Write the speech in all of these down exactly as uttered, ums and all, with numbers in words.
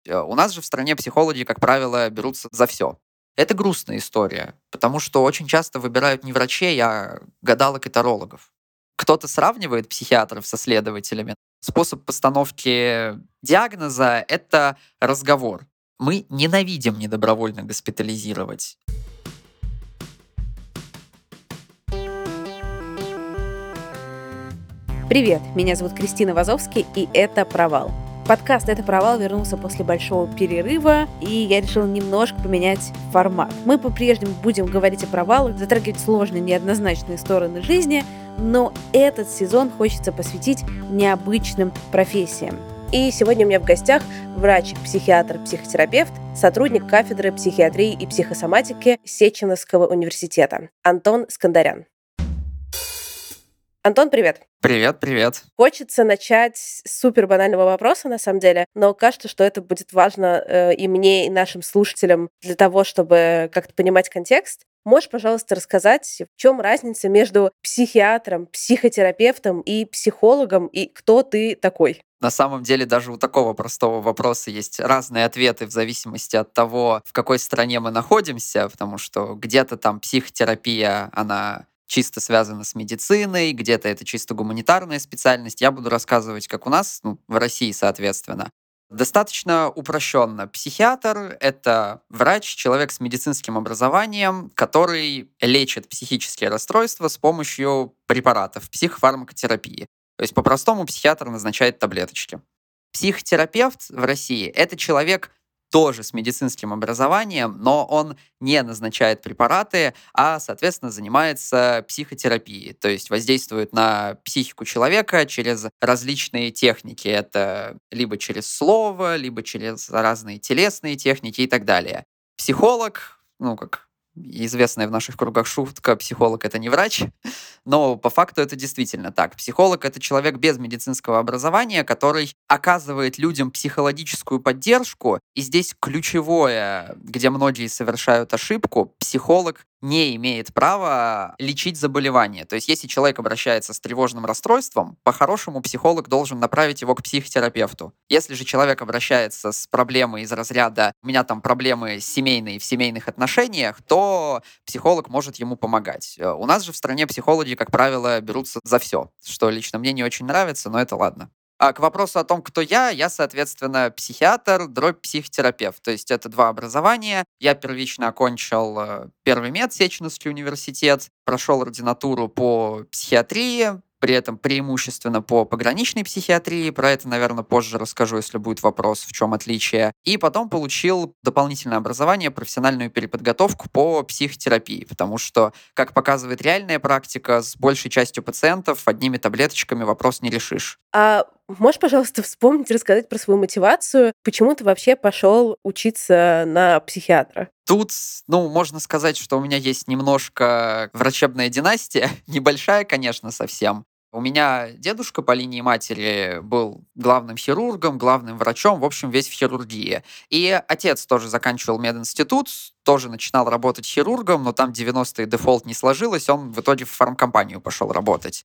Э, У нас же в стране психологи, как правило, берутся за все. Это грустная история, потому что очень часто выбирают не врачей, а гадалок и тарологов. Кто-то сравнивает психиатров со следователями. Способ постановки диагноза — это разговор. Мы ненавидим недобровольно госпитализировать. Привет, меня зовут Кристина Вазовский, и это «Провал». Подкаст «Это провал» вернулся после большого перерыва, и я решила немножко поменять формат. Мы по-прежнему будем говорить о провалах, затрагивать сложные, неоднозначные стороны жизни, но этот сезон хочется посвятить необычным профессиям. И сегодня у меня в гостях врач-психиатр, психотерапевт, сотрудник кафедры психиатрии и психосоматики Сеченовского университета Антон Скандарян. Антон, привет! Привет, привет. Хочется начать с супер банального вопроса, на самом деле, но кажется, что это будет важно э, и мне, и нашим слушателям для того, чтобы как-то понимать контекст. Можешь, пожалуйста, рассказать, в чем разница между психиатром, психотерапевтом и психологом, и кто ты такой? На самом деле даже у такого простого вопроса есть разные ответы в зависимости от того, в какой стране мы находимся, потому что где-то там психотерапия, она чисто связана с медициной, где-то это чисто гуманитарная специальность. Я буду рассказывать, как у нас, ну, в России, соответственно. Достаточно упрощенно. Психиатр — это врач, человек с медицинским образованием, который лечит психические расстройства с помощью препаратов, психофармакотерапии. То есть по-простому психиатр назначает таблеточки. Психотерапевт в России — это человек тоже с медицинским образованием, но он не назначает препараты, а, соответственно, занимается психотерапией, то есть воздействует на психику человека через различные техники. Это либо через слово, либо через разные телесные техники и так далее. Психолог, ну, как известная в наших кругах шутка, психолог — это не врач, но по факту это действительно так. Психолог — это человек без медицинского образования, который оказывает людям психологическую поддержку. И здесь ключевое, где многие совершают ошибку: психолог не имеет права лечить заболевание. То есть если человек обращается с тревожным расстройством, по-хорошему психолог должен направить его к психотерапевту. Если же человек обращается с проблемой из разряда «у меня там проблемы семейные в семейных отношениях», то психолог может ему помогать. Э, У нас же в стране психологи, как правило, берутся за все, что лично мне не очень нравится, но это ладно. А к вопросу о том, кто я, я, соответственно, психиатр, дробь психотерапевт. То есть это два образования. Я первично окончил э, первый мед, Сеченовский университет, прошел ординатуру по психиатрии, при этом преимущественно по пограничной психиатрии. Про это, наверное, позже расскажу, если будет вопрос, в чем отличие. И потом получил дополнительное образование, профессиональную переподготовку по психотерапии, потому что, как показывает реальная практика, с большей частью пациентов одними таблеточками вопрос не решишь. А можешь, пожалуйста, вспомнить, рассказать про свою мотивацию? Почему ты вообще пошел учиться на психиатра? Тут, ну, можно сказать, что у меня есть немножко врачебная династия, небольшая, конечно, совсем. У меня дедушка по линии матери был главным хирургом, главным врачом, в общем, весь в хирургии. И отец тоже заканчивал мединститут, тоже начинал работать хирургом, но там девяностые дефолт не сложилось, он в итоге в фармкомпанию пошел работать.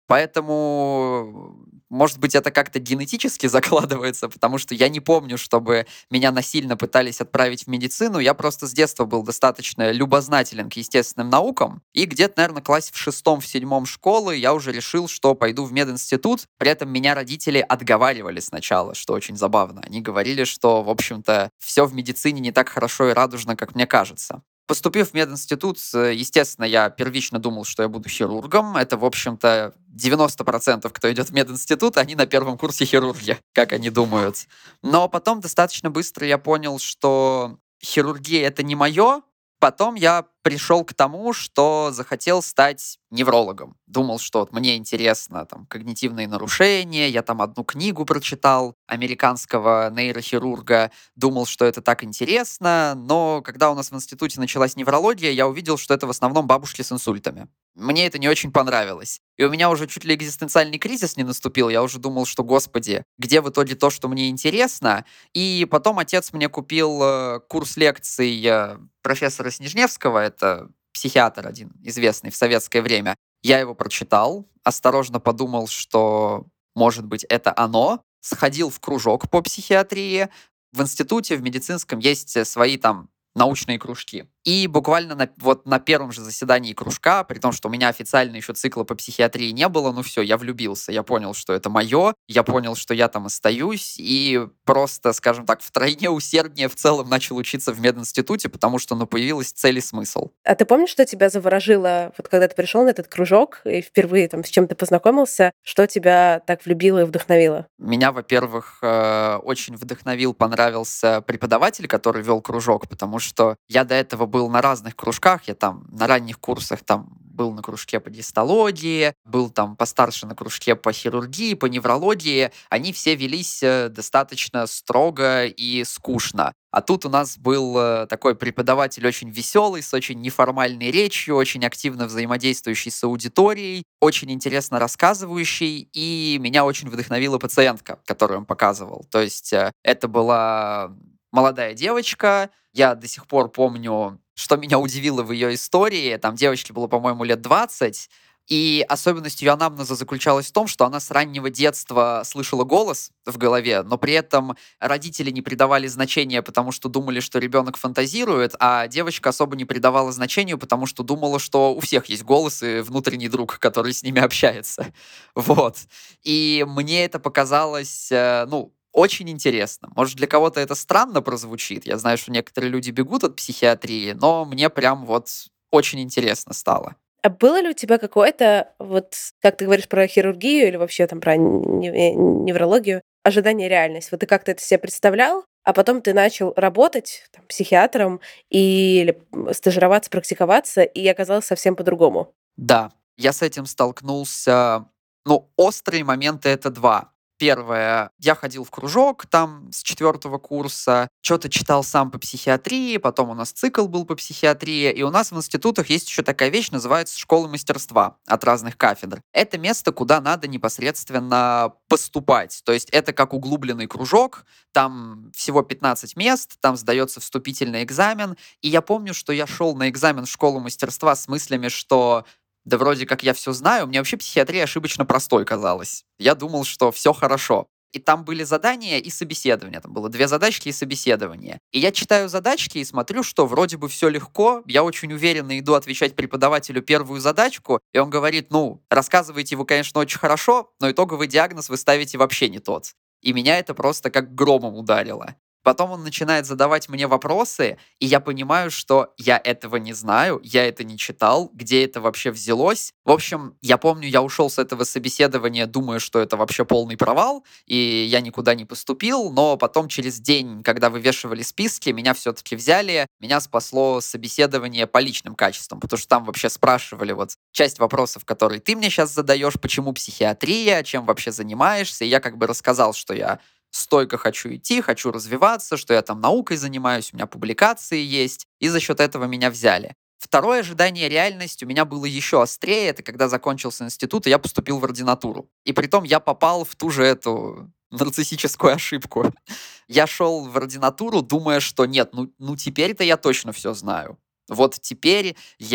Поэтому, может быть, это как-то генетически закладывается, потому что я не помню, чтобы меня насильно пытались отправить в медицину. Я просто с детства был достаточно любознателен к естественным наукам. И где-то, наверное, в классе в шестом, в седьмом школы я уже решил, что пойду в мединститут. При этом меня родители отговаривали сначала, что очень забавно. Они говорили, что, в общем-то, все в медицине не так хорошо и радужно, как мне кажется. Поступив в мединститут, э, естественно, я первично думал, что я буду хирургом. Это, в общем-то, девяносто процентов, кто идет в мединститут, они на первом курсе хирурги, как они думают. Но потом достаточно быстро я понял, что хирургия — это не мое. Потом я пришел к тому, что захотел стать неврологом. Думал, что вот мне интересно там когнитивные нарушения. Я там одну книгу прочитал американского нейрохирурга. Думал, что это так интересно. Но когда у нас в институте началась неврология, я увидел, что это в основном бабушки с инсультами. Мне это не очень понравилось. И у меня уже чуть ли экзистенциальный кризис не наступил. Я уже думал, что, господи, где в итоге то, что мне интересно? И потом отец мне купил э, курс лекций э, профессора Снежневского. Это психиатр один, известный в советское время. Я его прочитал, осторожно подумал, что, может быть, это оно. Сходил в кружок по психиатрии, В институте, в медицинском есть э, свои там научные кружки. И буквально на, вот на первом же заседании кружка, при том, что у меня официально еще цикла по психиатрии не было, ну все, я влюбился, я понял, что это мое, я понял, что я там остаюсь, и просто, скажем так, втройне усерднее в целом начал учиться в мединституте, потому что, ну, появилась цель и смысл. А ты помнишь, что тебя заворожило, вот когда ты пришел на этот кружок и впервые там с чем ты познакомился, что тебя так влюбило и вдохновило? Меня, во-первых, э, очень вдохновил, понравился преподаватель, который вел кружок, потому что я до этого был на разных кружках, я там на ранних курсах там был на кружке по гистологии, был там постарше на кружке по хирургии, по неврологии. Они все велись э, достаточно строго и скучно. А тут у нас был э, такой преподаватель очень веселый, с очень неформальной речью, очень активно взаимодействующий с аудиторией, очень интересно рассказывающий, и меня очень вдохновила пациентка, которую он показывал. То есть э, это была молодая девочка, я до сих пор помню, что меня удивило в ее истории, там девочке было, по-моему, лет двадцать, и особенностью ее анамнеза заключалась в том, что она с раннего детства слышала голос в голове, но при этом родители не придавали значения, потому что думали, что ребенок фантазирует, а девочка особо не придавала значению, потому что думала, что у всех есть голос и внутренний друг, который с ними общается. Вот. И мне это показалось, э, ну, очень интересно. Может, для кого-то это странно прозвучит. Я знаю, что некоторые люди бегут от психиатрии, но мне прям вот очень интересно стало. А было ли у тебя какое-то, вот как ты говоришь про хирургию или вообще там про не- э, неврологию, ожидание реальность? Вот ты как-то это себе представлял, а потом ты начал работать там, психиатром или м, стажироваться, практиковаться, и оказалось совсем по-другому. Да, я с этим столкнулся. Ну, острые моменты — это два. Первое, я ходил в кружок там с четвертого курса, что-то читал сам по психиатрии, потом у нас цикл был по психиатрии, и у нас в институтах есть еще такая вещь, называется школа мастерства от разных кафедр. Это место, куда надо непосредственно поступать. То есть это как углубленный кружок, там всего пятнадцать мест, там сдается вступительный экзамен, и я помню, что я шел на экзамен в школу мастерства с мыслями, что да вроде как я все знаю, мне вообще психиатрия ошибочно простой казалась. Я думал, что все хорошо. И там были задания и собеседования. Там было две задачки и собеседование. И я читаю задачки и смотрю, что вроде бы все легко. Я очень уверенно иду отвечать преподавателю первую задачку, и он говорит, ну, рассказываете вы, конечно, очень хорошо, но итоговый диагноз вы ставите вообще не тот. И меня это просто как громом ударило. Потом он начинает задавать мне вопросы, и я понимаю, что я этого не знаю, я это не читал, где это вообще взялось. В общем, я помню, я ушел с этого собеседования, думая, что это вообще полный провал, и я никуда не поступил, но потом через день, когда вывешивали списки, меня все-таки взяли, меня спасло собеседование по личным качествам, потому что там вообще спрашивали вот часть вопросов, которые ты мне сейчас задаешь, почему психиатрия, чем вообще занимаешься, и я как бы рассказал, что я стойко хочу идти, хочу развиваться, что я там наукой занимаюсь, у меня публикации есть, и за счет этого меня взяли. Второе ожидание реальность у меня было еще острее, это когда закончился институт, и я поступил в ординатуру. И притом я попал в ту же эту нарциссическую ошибку. Я шел в ординатуру, думая, что нет, ну, ну теперь-то я точно все знаю. Вот теперь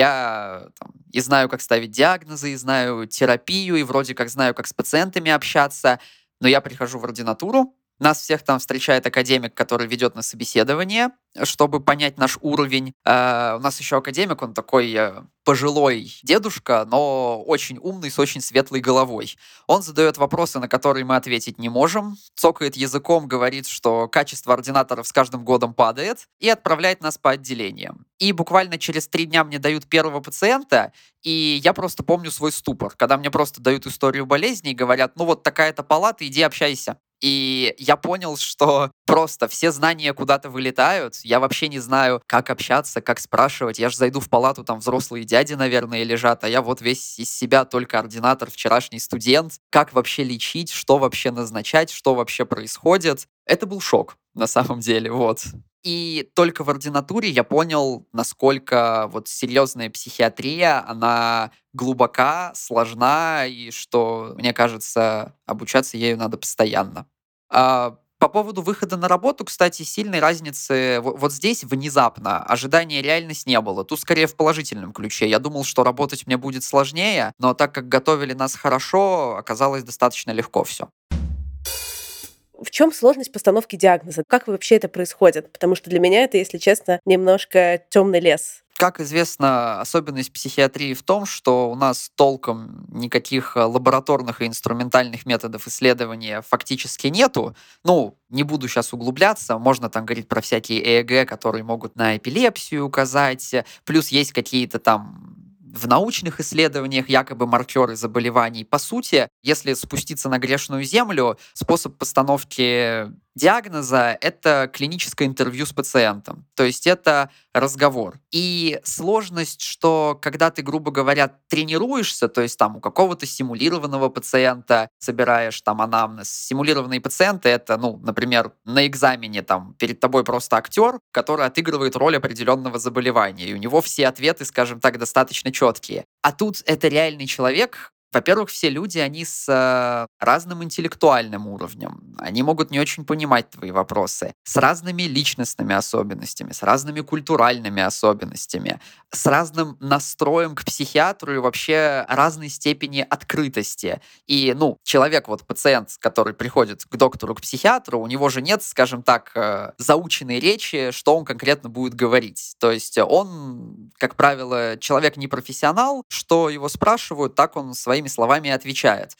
я там, и знаю, как ставить диагнозы, и знаю терапию, и вроде как знаю, как с пациентами общаться, но я прихожу в ординатуру, нас всех там встречает академик, который ведет на собеседование, чтобы понять наш уровень. Э, у нас еще академик, он такой э, пожилой дедушка, но очень умный, с очень светлой головой. Он задает вопросы, на которые мы ответить не можем, цокает языком, говорит, что качество ординаторов с каждым годом падает, и отправляет нас по отделениям. И буквально через три дня мне дают первого пациента, и я просто помню свой ступор, когда мне просто дают историю болезни и говорят, ну вот такая-то палата, иди общайся. И я понял, что просто все знания куда-то вылетают. Я вообще не знаю, как общаться, как спрашивать. Я же зайду в палату, там взрослые дяди, наверное, лежат, а я вот весь из себя только ординатор, вчерашний студент. Как вообще лечить, что вообще назначать, что вообще происходит. Это был шок, на самом деле, вот. И только в ординатуре я понял, насколько вот серьезная психиатрия, она глубока, сложна, и что, мне кажется, обучаться ею надо постоянно. А, по поводу выхода на работу, кстати, сильной разницы во- вот здесь внезапно ожидания реальность не было. Тут скорее в положительном ключе. Я думал, что работать мне будет сложнее, но так как готовили нас хорошо, оказалось достаточно легко все. В чем сложность постановки диагноза? Как вообще это происходит? Потому что для меня это, если честно, немножко темный лес. Как известно, особенность психиатрии в том, что у нас толком никаких лабораторных и инструментальных методов исследования фактически нету. Ну, не буду сейчас углубляться, можно там говорить про всякие ЭЭГ, которые могут на эпилепсию указать, плюс есть какие-то там в научных исследованиях якобы маркеры заболеваний. По сути, если спуститься на грешную землю, способ постановки диагноза — это клиническое интервью с пациентом. То есть это разговор. И сложность, что когда ты, грубо говоря, тренируешься, то есть там у какого-то симулированного пациента собираешь там анамнез. Симулированные пациенты — это, ну, например, на экзамене там перед тобой просто актер, который отыгрывает роль определенного заболевания, и у него все ответы, скажем так, достаточно четкие. А тут это реальный человек. Во-первых, все люди, они с э, разным интеллектуальным уровнем. Они могут не очень понимать твои вопросы. С разными личностными особенностями, с разными культуральными особенностями, с разным настроем к психиатру и вообще разной степени открытости. И, ну, человек, вот пациент, который приходит к доктору, к психиатру, у него же нет, скажем так, э, заученной речи, что он конкретно будет говорить. То есть он, как правило, человек не профессионал, что его спрашивают, так он своими словами отвечает.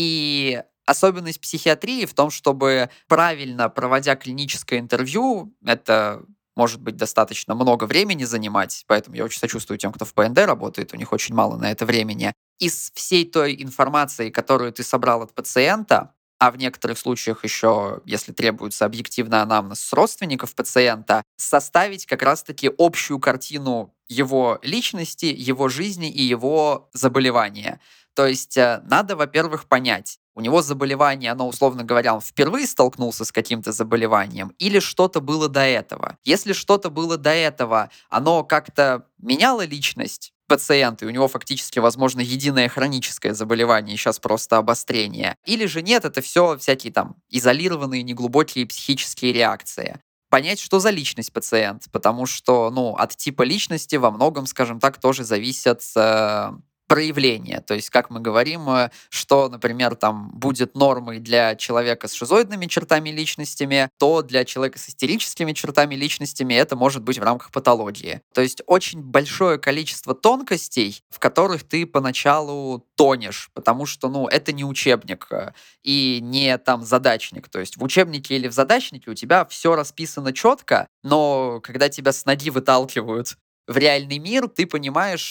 И особенность психиатрии в том, чтобы правильно проводя клиническое интервью, это может быть достаточно много времени занимать, поэтому я очень сочувствую тем, кто в ПНД работает, у них очень мало на это времени. Из всей той информации, которую ты собрал от пациента, а в некоторых случаях еще, если требуется объективный анамнез с родственников пациента, составить как раз-таки общую картину его личности, его жизни и его заболевания. То есть э, надо, во-первых, понять, у него заболевание, оно, условно говоря, он впервые столкнулся с каким-то заболеванием или что-то было до этого. Если что-то было до этого, оно как-то меняло личность пациента, и у него фактически, возможно, единое хроническое заболевание, сейчас просто обострение. Или же нет, это все всякие там изолированные, неглубокие психические реакции. Понять, что за личность пациент, потому что, ну, от типа личности во многом, скажем так, тоже зависят э, проявления. То есть, как мы говорим, э, что, например, там будет нормой для человека с шизоидными чертами личностями, то для человека с истерическими чертами личностями это может быть в рамках патологии. То есть очень большое количество тонкостей, в которых ты поначалу тонешь, потому что, ну, это не учебник э, и не там задачник. То есть в учебнике или в задачнике у тебя все расписано четко, но когда тебя с ноги выталкивают в реальный мир, ты понимаешь,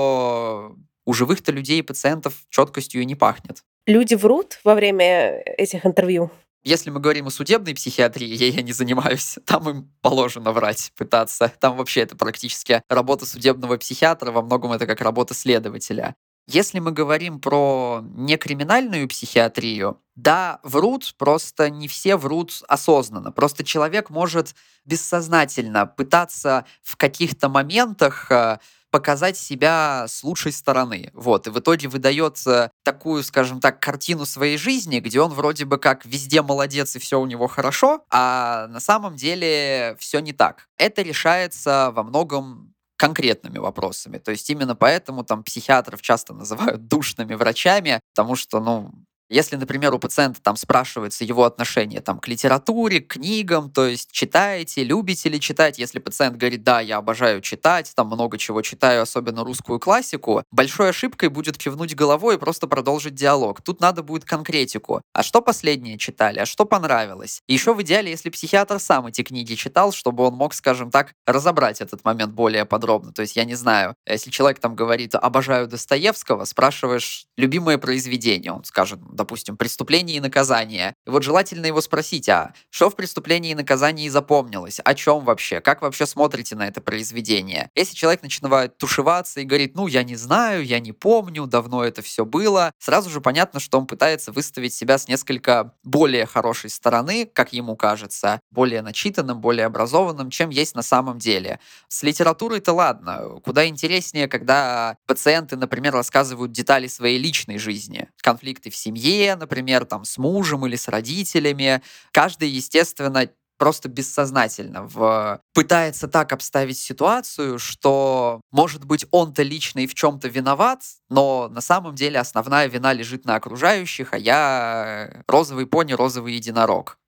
что у живых-то людей и пациентов четкостью и не пахнет. Люди врут во время этих интервью? Если мы говорим о судебной психиатрии, ей я не занимаюсь, там им положено врать, пытаться. Там вообще это практически работа судебного психиатра, во многом это как работа следователя. Если мы говорим про некриминальную психиатрию, да, врут, просто не все врут осознанно. Просто человек может бессознательно пытаться в каких-то моментах э, показать себя с лучшей стороны. Вот. И в итоге выдает э, такую, скажем так, картину своей жизни, где он вроде бы как везде молодец и все у него хорошо, а на самом деле все не так. Это решается во многом конкретными вопросами. То есть именно поэтому там психиатров часто называют душными врачами, потому что, ну, если, например, у пациента там спрашивается его отношение там, к литературе, к книгам, то есть читаете, любите ли читать, если пациент говорит, да, я обожаю читать, там много чего читаю, особенно русскую классику, большой ошибкой будет кивнуть головой и просто продолжить диалог. Тут надо будет конкретику. А что последнее читали? А что понравилось? И еще в идеале, если психиатр сам эти книги читал, чтобы он мог, скажем так, разобрать этот момент более подробно. То есть, я не знаю, если человек там говорит, обожаю Достоевского, спрашиваешь любимое произведение, он скажет, допустим, «Преступление и наказание». И вот желательно его спросить, а что в «Преступлении и наказании» запомнилось? О чем вообще? Как вообще смотрите на это произведение? Если человек начинает тушеваться и говорит, ну, я не знаю, я не помню, давно это все было, сразу же понятно, что он пытается выставить себя с несколько более хорошей стороны, как ему кажется, более начитанным, более образованным, чем есть на самом деле. С литературой-то ладно. Куда интереснее, когда пациенты, например, рассказывают детали своей личной жизни, конфликты в семье, например, там, с мужем или с родителями. Каждый, естественно, просто бессознательно в... пытается так обставить ситуацию, что, может быть, он-то лично и в чем-то виноват, но на самом деле основная вина лежит на окружающих, а я розовый пони, розовый единорог.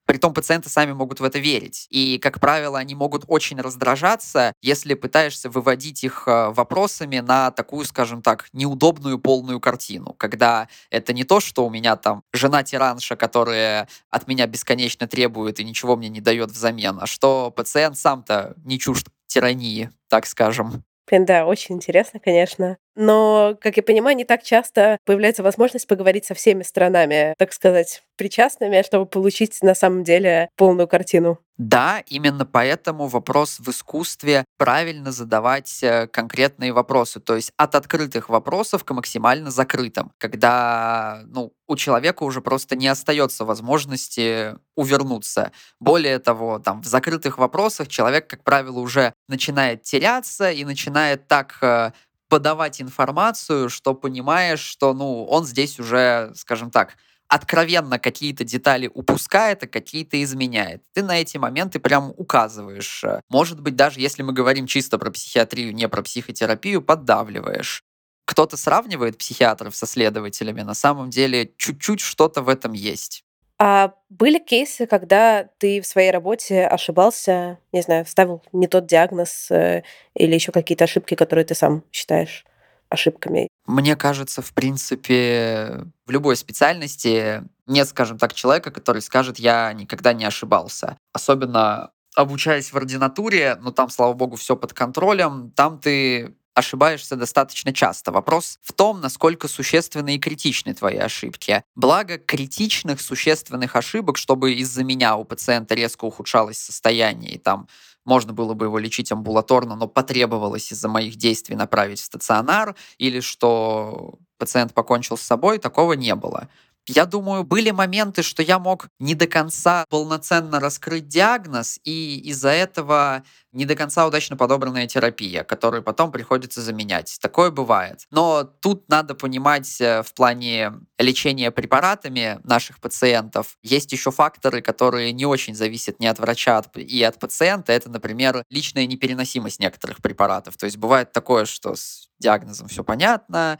Притом пациенты сами могут в это верить. И, как правило, они могут очень раздражаться, если пытаешься выводить их э, вопросами на такую, скажем так, неудобную полную картину, когда это не то, что у меня там жена-тиранша, которая от меня бесконечно требует и ничего мне не дает взамен, а что пациент сам-то не чужд тирании, так скажем. Блин, да, очень интересно, конечно. Но, как я понимаю, не так часто появляется возможность поговорить со всеми сторонами, так сказать, причастными, чтобы получить на самом деле полную картину. Да, именно поэтому вопрос в искусстве правильно задавать э, конкретные вопросы, то есть от открытых вопросов к максимально закрытым, когда ну, у человека уже просто не остается возможности увернуться. Более того, там, в закрытых вопросах человек, как правило, уже начинает теряться и начинает так э, подавать информацию, что понимаешь, что ну, он здесь уже, скажем так, откровенно какие-то детали упускает, а какие-то изменяет. Ты на эти моменты прям указываешь. э, Может быть, даже если мы говорим чисто про психиатрию, не про психотерапию, поддавливаешь. Кто-то сравнивает психиатров со следователями, на самом деле чуть-чуть что-то в этом есть. А были кейсы, когда ты в своей работе ошибался, не знаю, ставил не тот диагноз э, или еще какие-то ошибки, которые ты сам считаешь ошибками? Мне кажется, в принципе, в любой специальности нет, скажем так, человека, который скажет, я никогда не ошибался. Особенно обучаясь в ординатуре, но там, слава богу, все под контролем, там ты ошибаешься достаточно часто. Вопрос в том, насколько существенны и критичны твои ошибки. Благо, критичных, существенных ошибок, чтобы из-за меня у пациента резко ухудшалось состояние, и там можно было бы его лечить амбулаторно, но потребовалось из-за моих действий направить в стационар, или что пациент покончил с собой, такого не было. Я думаю, были моменты, что я мог не до конца полноценно раскрыть диагноз, и из-за этого не до конца удачно подобранная терапия, которую потом приходится заменять. Такое бывает. Но тут надо понимать э, в плане лечения препаратами наших пациентов, есть еще факторы, которые не очень зависят ни от врача от- и от пациента. Это, например, личная непереносимость некоторых препаратов. То есть бывает такое, что с диагнозом все понятно,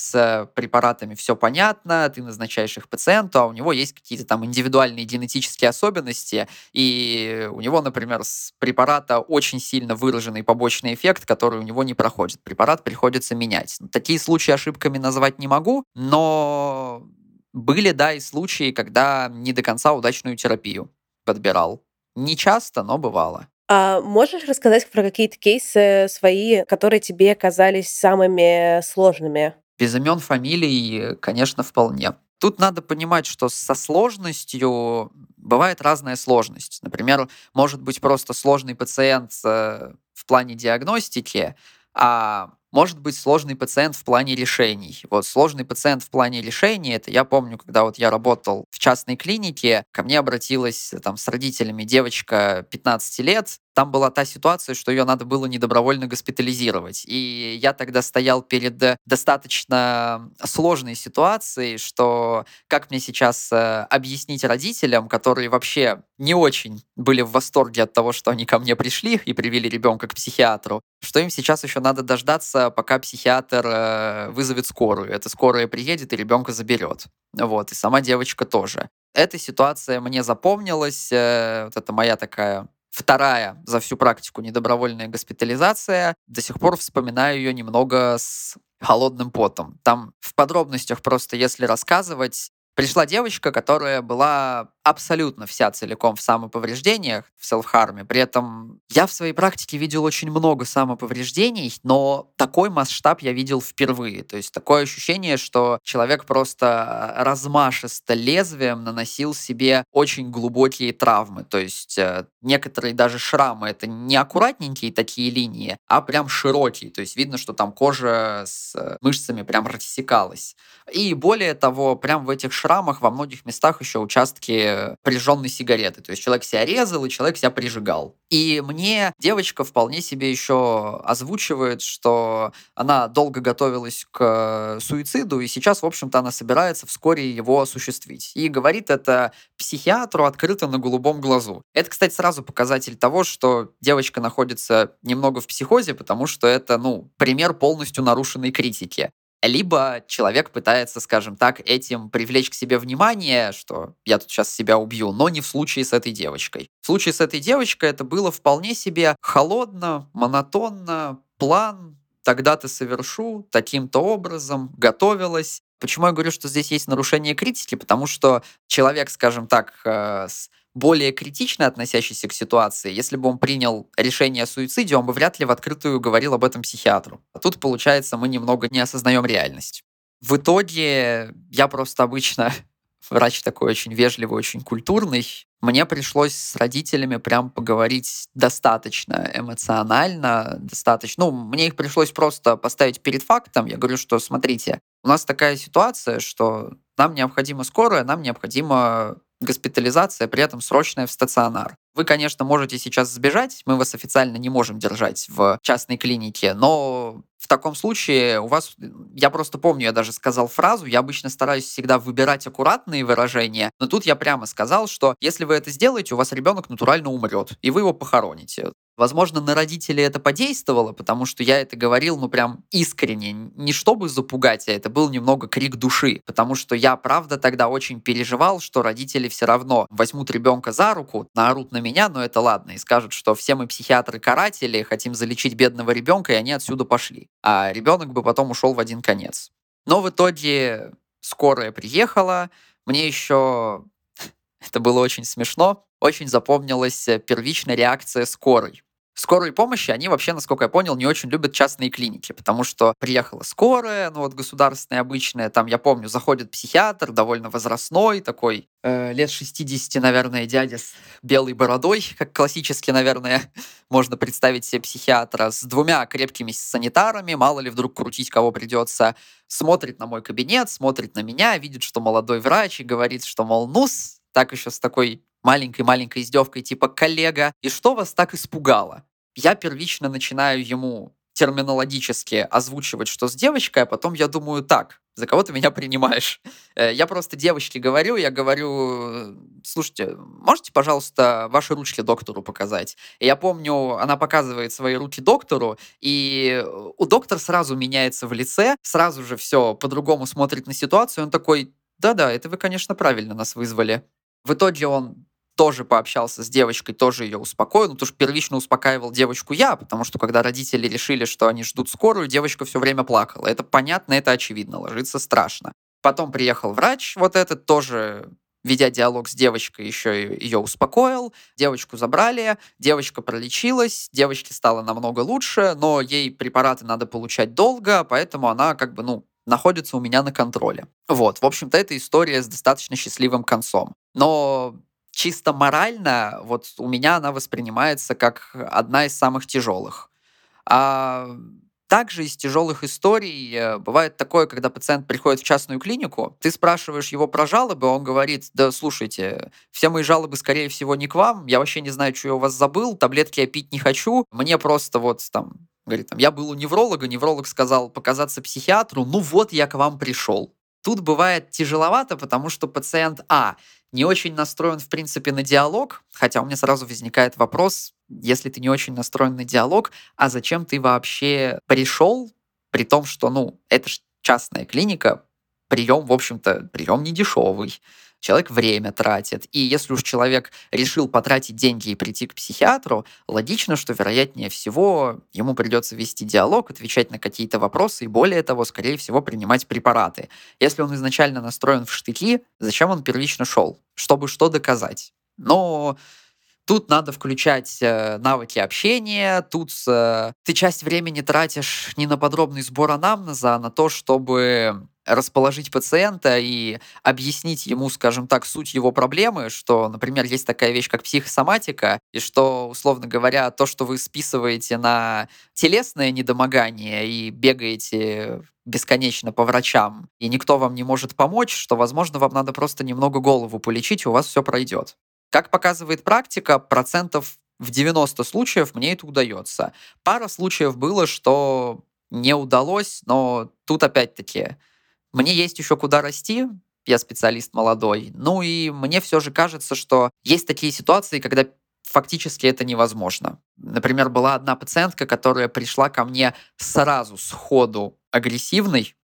с препаратами все понятно, ты назначаешь их пациенту, а у него есть какие-то там индивидуальные генетические особенности, и у него, например, с препарата очень сильно выраженный побочный эффект, который у него не проходит. Препарат приходится менять. Ну, такие случаи ошибками назвать не могу, но были, да, и случаи, когда не до конца удачную терапию подбирал. Не часто, но бывало. А можешь рассказать про какие-то кейсы свои, которые тебе казались самыми сложными? Без имен, фамилий, конечно, вполне. Тут надо понимать, что со сложностью бывает разная сложность. Например, может быть просто сложный пациент э, в плане диагностики, а может быть сложный пациент в плане решений. Вот сложный пациент в плане решений, это я помню, когда вот я работал в частной клинике, ко мне обратилась э, там с родителями девочка пятнадцати лет. Там была та ситуация, что ее надо было недобровольно госпитализировать. И я тогда стоял перед э, достаточно сложной ситуацией, что как мне сейчас э, объяснить родителям, которые вообще не очень были в восторге от того, что они ко мне пришли и привели ребенка к психиатру, что им сейчас еще надо дождаться, пока психиатр э, вызовет скорую. Эта скорая приедет и ребенка заберет. Вот, и сама девочка тоже. Эта ситуация мне запомнилась. э, Вот это моя такая вторая за всю практику недобровольная госпитализация. До сих пор вспоминаю ее немного с холодным потом. Там в подробностях просто, если рассказывать, пришла девочка, которая была абсолютно вся целиком в самоповреждениях, в селф-харме. При этом я в своей практике видел очень много самоповреждений, но такой масштаб я видел впервые. То есть такое ощущение, что человек просто размашисто лезвием наносил себе очень глубокие травмы. То есть э, некоторые даже шрамы — это не аккуратненькие такие линии, а прям широкие. То есть видно, что там кожа с э, мышцами прям рассекалась. И более того, прям в этих шрамах во многих местах еще участки прижженной сигареты. То есть человек себя резал, и человек себя прижигал. И мне девочка вполне себе еще озвучивает, что она долго готовилась к суициду, и сейчас, в общем-то, она собирается вскоре его осуществить. И говорит это психиатру открыто на голубом глазу. Это, кстати, сразу показатель того, что девочка находится немного в психозе, потому что это, ну, пример полностью нарушенной критики. Либо человек пытается, скажем так, этим привлечь к себе внимание, что я тут сейчас себя убью, но не в случае с этой девочкой. В случае с этой девочкой это было вполне себе холодно, монотонно, план, тогда-то совершу, таким-то образом, готовилась. Почему я говорю, что здесь есть нарушение критики? Потому что человек, скажем так, э, с более критично относящийся к ситуации, если бы он принял решение о суициде, он бы вряд ли в открытую говорил об этом психиатру. А тут, получается, мы немного не осознаем реальность. В итоге я просто обычно врач такой очень вежливый, очень культурный. Мне пришлось с родителями прям поговорить достаточно эмоционально, достаточно. Ну, мне их пришлось просто поставить перед фактом. Я говорю, что смотрите, у нас такая ситуация, что нам необходима скорая, нам необходима госпитализация, при этом срочная в стационар. Вы, конечно, можете сейчас сбежать, мы вас официально не можем держать в частной клинике, но в таком случае у вас, я просто помню, я даже сказал фразу, я обычно стараюсь всегда выбирать аккуратные выражения, но тут я прямо сказал, что если вы это сделаете, у вас ребенок натурально умрет, и вы его похороните. Возможно, на родителей это подействовало, потому что я это говорил, ну, прям искренне, не чтобы запугать, а это был немного крик души, потому что я, правда, тогда очень переживал, что родители все равно возьмут ребенка за руку, наорут на меня, но это ладно, и скажут, что все мы психиатры-каратели, хотим залечить бедного ребенка, и они отсюда пошли. А ребенок бы потом ушел в один конец. Но в итоге скорая приехала, мне еще, это было очень смешно, очень запомнилась первичная реакция скорой. Скорой помощи, они вообще, насколько я понял, не очень любят частные клиники, потому что приехала скорая, ну вот государственная обычная, там, я помню, заходит психиатр, довольно возрастной, такой, э, лет шестидесяти, наверное, дядя с белой бородой, как классически, наверное, можно представить себе психиатра, с двумя крепкими санитарами, мало ли вдруг крутить кого придется, смотрит на мой кабинет, смотрит на меня, видит, что молодой врач, и говорит, что, мол, ну-с, так еще с такой маленькой-маленькой издевкой, типа «коллега, и что вас так испугало?» Я первично начинаю ему терминологически озвучивать, что с девочкой, а потом я думаю, так, за кого ты меня принимаешь? Э, Я просто девочке говорю, я говорю, слушайте, можете, пожалуйста, ваши ручки доктору показать? И я помню, она показывает свои руки доктору, и у доктора сразу меняется в лице, сразу же все по-другому смотрит на ситуацию, он такой, да-да, это вы, конечно, правильно нас вызвали. В итоге он тоже пообщался с девочкой, тоже ее успокоил. Ну, потому что первично успокаивал девочку я, потому что когда родители решили, что они ждут скорую, девочка все время плакала. Это понятно, это очевидно, ложиться страшно. Потом приехал врач, вот этот тоже, ведя диалог с девочкой, еще ее успокоил. Девочку забрали, девочка пролечилась, девочке стало намного лучше, но ей препараты надо получать долго, поэтому она как бы, ну, находится у меня на контроле. Вот, в общем-то, это история с достаточно счастливым концом. Но чисто морально, вот у меня она воспринимается как одна из самых тяжелых. А также из тяжелых историй э, бывает такое, когда пациент приходит в частную клинику, ты спрашиваешь его про жалобы, он говорит, да слушайте, все мои жалобы, скорее всего, не к вам, я вообще не знаю, что я у вас забыл, таблетки я пить не хочу, мне просто вот там, говорит, там, я был у невролога, невролог сказал показаться психиатру, ну вот я к вам пришел. Тут бывает тяжеловато, потому что пациент, а, не очень настроен, в принципе, на диалог, хотя у меня сразу возникает вопрос, если ты не очень настроен на диалог, а зачем ты вообще пришел, при том, что, ну, это ж частная клиника, прием, в общем-то, прием не дешевый, человек время тратит, и если уж человек решил потратить деньги и прийти к психиатру, логично, что, вероятнее всего, ему придется вести диалог, отвечать на какие-то вопросы и, более того, скорее всего, принимать препараты. Если он изначально настроен в штыки, зачем он первично шел? Чтобы что доказать? Но тут надо включать э, навыки общения, тут э, ты часть времени тратишь не на подробный сбор анамнеза, а на то, чтобы расположить пациента и объяснить ему, скажем так, суть его проблемы, что, например, есть такая вещь, как психосоматика, и что, условно говоря, то, что вы списываете на телесное недомогание и бегаете бесконечно по врачам, и никто вам не может помочь, что, возможно, вам надо просто немного голову полечить, и у вас все пройдет. Как показывает практика, процентов в девяносто случаев мне это удается. Пара случаев было, что не удалось, но тут опять-таки мне есть еще куда расти, я специалист молодой, ну и мне все же кажется, что есть такие ситуации, когда фактически это невозможно. Например, была одна пациентка, которая пришла ко мне сразу, сходу агрессивной,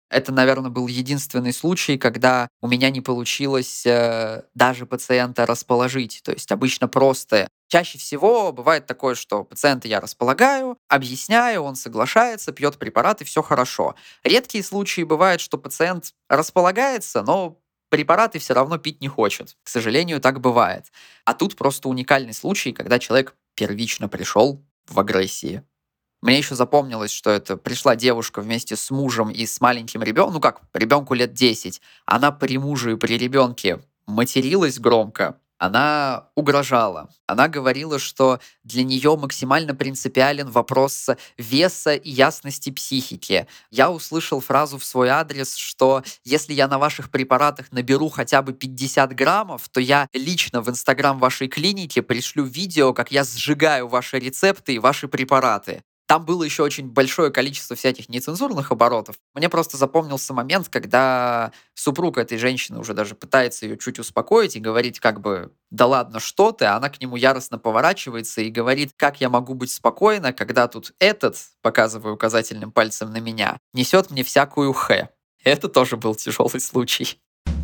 Это, наверное, был единственный случай, когда у меня не получилось э, даже пациента расположить. То есть обычно просто. Чаще всего бывает такое, что пациента я располагаю, объясняю, он соглашается, пьет препараты, все хорошо. Редкие случаи бывают, что пациент располагается, но препараты все равно пить не хочет. К сожалению, так бывает. А тут просто уникальный случай, когда человек первично пришел в агрессии. Мне еще запомнилось, что это пришла девушка вместе с мужем и с маленьким ребенком, ну как, ребенку лет десять. Она при муже и при ребенке материлась громко, она угрожала. Она говорила, что для нее максимально принципиален вопрос веса и ясности психики. Я услышал фразу в свой адрес, что если я на ваших препаратах наберу хотя бы пятьдесят граммов, то я лично в инстаграм вашей клиники пришлю видео, как я сжигаю ваши рецепты и ваши препараты. Там было еще очень большое количество всяких нецензурных оборотов. Мне просто запомнился момент, когда супруг этой женщины уже даже пытается ее чуть успокоить и говорить как бы «да ладно, что ты?», а она к нему яростно поворачивается и говорит «как я могу быть спокойна, когда тут этот, показывая указательным пальцем на меня, несет мне всякую хэ». Это тоже был тяжелый случай.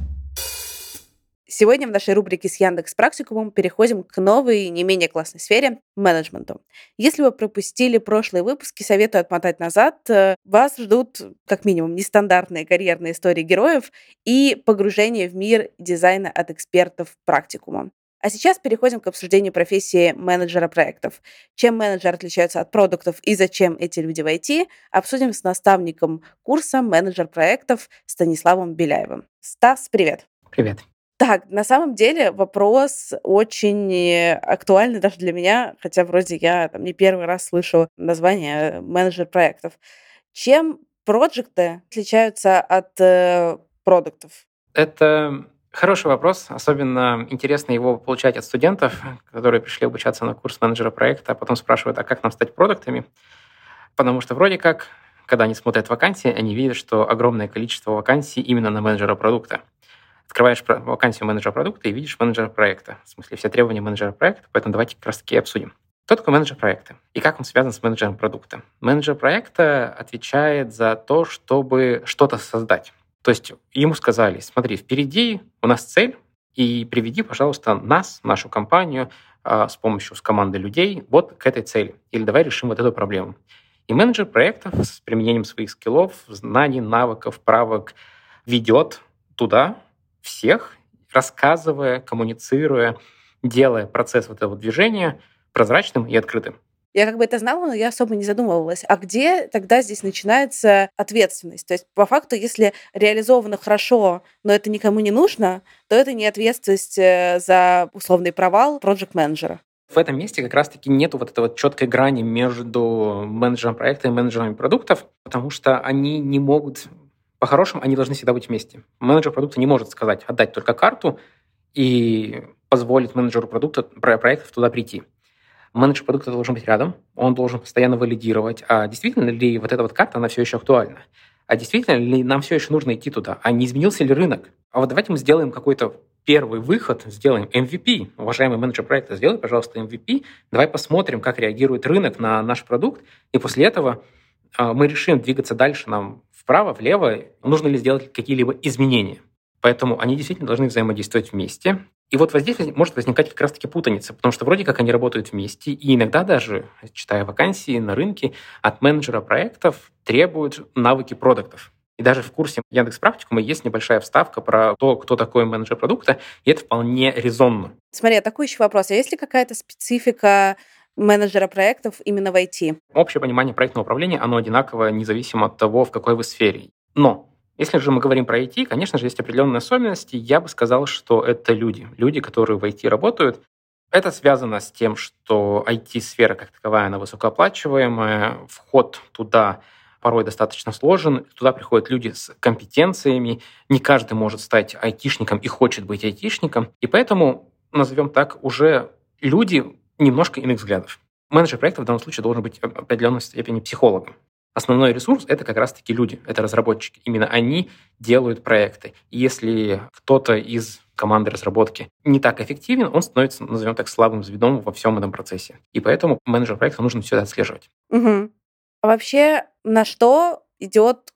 Сегодня в нашей рубрике с Яндекс.Практикумом переходим к новой, не менее классной сфере — менеджменту. Если вы пропустили прошлые выпуски, советую отмотать назад. Вас ждут, как минимум, нестандартные карьерные истории героев и погружение в мир дизайна от экспертов практикума. А сейчас переходим к обсуждению профессии менеджера проектов. Чем менеджеры отличаются от продуктов и зачем эти люди в ай ти, обсудим с наставником курса менеджер проектов Станиславом Беляевым. Стас, привет! Привет. Так, на самом деле вопрос очень актуальный даже для меня, хотя вроде я там не первый раз слышу название менеджер проектов. Чем проекты отличаются от э, продуктов? Это хороший вопрос. Особенно интересно его получать от студентов, которые пришли обучаться на курс менеджера проекта, а потом спрашивают, а как нам стать продуктами? Потому что вроде как, когда они смотрят вакансии, они видят, что огромное количество вакансий именно на менеджера продукта. Открываешь вакансию менеджера продукта и видишь менеджера проекта. В смысле, все требования менеджера проекта, поэтому давайте как раз-таки обсудим. Кто такой менеджер проекта и как он связан с менеджером продукта? Менеджер проекта отвечает за то, чтобы что-то создать. То есть ему сказали, смотри, впереди у нас цель, и приведи, пожалуйста, нас, нашу компанию, с помощью с команды людей вот к этой цели. Или давай решим вот эту проблему. И менеджер проектов с применением своих скиллов, знаний, навыков, правок ведет туда всех, рассказывая, коммуницируя, делая процесс вот этого движения прозрачным и открытым. Я как бы это знала, но я особо не задумывалась. А где тогда здесь начинается ответственность? То есть, по факту, если реализовано хорошо, но это никому не нужно, то это не ответственность за условный провал проект-менеджера. В этом месте как раз-таки нету вот этой вот четкой грани между менеджером проекта и менеджерами продуктов, потому что они не могут... По-хорошему, они должны всегда быть вместе. Менеджер продукта не может сказать, отдать только карту и позволить менеджеру продукта, проектов туда прийти. Менеджер продукта должен быть рядом, он должен постоянно валидировать, а действительно ли вот эта вот карта, она все еще актуальна? А действительно ли нам все еще нужно идти туда? А не изменился ли рынок? А вот давайте мы сделаем какой-то первый выход, сделаем эм ви пи. Уважаемый менеджер проекта, сделай, пожалуйста, эм ви пи. Давай посмотрим, как реагирует рынок на наш продукт, и после этого мы решим двигаться дальше нам вправо, влево, нужно ли сделать какие-либо изменения. Поэтому они действительно должны взаимодействовать вместе. И вот здесь может возникать как раз-таки путаница, потому что вроде как они работают вместе, и иногда даже, читая вакансии на рынке, от менеджера проектов требуют навыки продуктов. И даже в курсе Яндекс.Практикума есть небольшая вставка про то, кто такой менеджер продукта, и это вполне резонно. Смотри, а такой еще вопрос. А есть ли какая-то специфика менеджера проектов именно в ай ти? Общее понимание проектного управления, оно одинаково, независимо от того, в какой вы сфере. Но если же мы говорим про ай ти, конечно же, есть определенные особенности. Я бы сказал, что это люди. Люди, которые в ай ти работают. Это связано с тем, что ай ти-сфера как таковая, она высокооплачиваемая. Вход туда порой достаточно сложен. Туда приходят люди с компетенциями. Не каждый может стать айтишником и хочет быть айтишником. И поэтому, назовем так, уже люди немножко иных взглядов. Менеджер проекта в данном случае должен быть в определенной степени психологом. Основной ресурс — это как раз-таки люди, это разработчики. Именно они делают проекты. И если кто-то из команды разработки не так эффективен, он становится, назовем так, слабым звеном во всем этом процессе. И поэтому менеджер проекта нужно все это отслеживать. Угу. А вообще, на что идет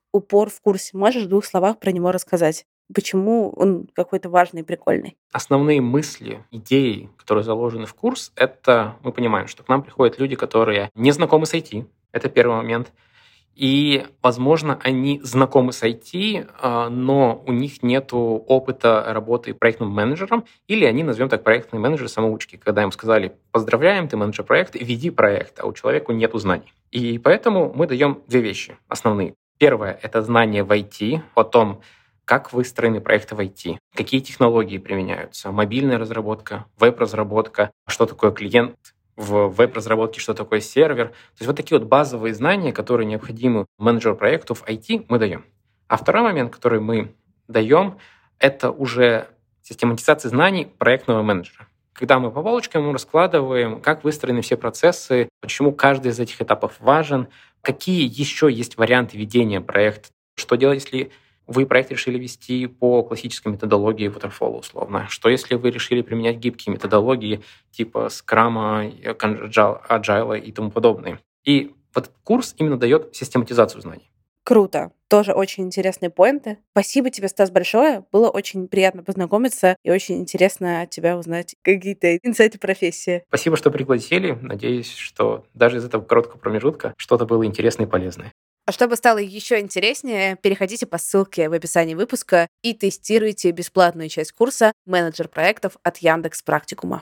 упор в курсе. Можешь в двух словах про него рассказать? Почему он какой-то важный и прикольный? Основные мысли, идеи, которые заложены в курс, это мы понимаем, что к нам приходят люди, которые не знакомы с ай ти. Это первый момент. И, возможно, они знакомы с ай ти, а, но у них нет опыта работы проектным менеджером, или они, назовем так, проектные менеджеры-самоучки, когда им сказали: поздравляем, ты менеджер проекта, веди проект, а у человека нет знаний. И поэтому мы даем две вещи основные. Первое — это знание в ай ти, о том, как выстроены проекты в ай ти, какие технологии применяются, мобильная разработка, веб-разработка, что такое клиент в веб-разработке, что такое сервер. То есть вот такие вот базовые знания, которые необходимы менеджеру проекту в ай ти, мы даем. А второй момент, который мы даем, это уже систематизация знаний проектного менеджера. Когда мы по полочкам ему раскладываем, как выстроены все процессы, почему каждый из этих этапов важен, какие еще есть варианты ведения проекта, что делать, если вы проект решили вести по классической методологии Waterfall условно. Что если вы решили применять гибкие методологии типа скрама, agile и тому подобное. И вот курс именно дает систематизацию знаний. Круто. Тоже очень интересные поинты. Спасибо тебе, Стас, большое. Было очень приятно познакомиться и очень интересно от тебя узнать какие-то инсайты профессии. Спасибо, что пригласили. Надеюсь, что даже из этого короткого промежутка что-то было интересное и полезное. А чтобы стало еще интереснее, переходите по ссылке в описании выпуска и тестируйте бесплатную часть курса «Менеджер проектов» от Яндекс Практикума.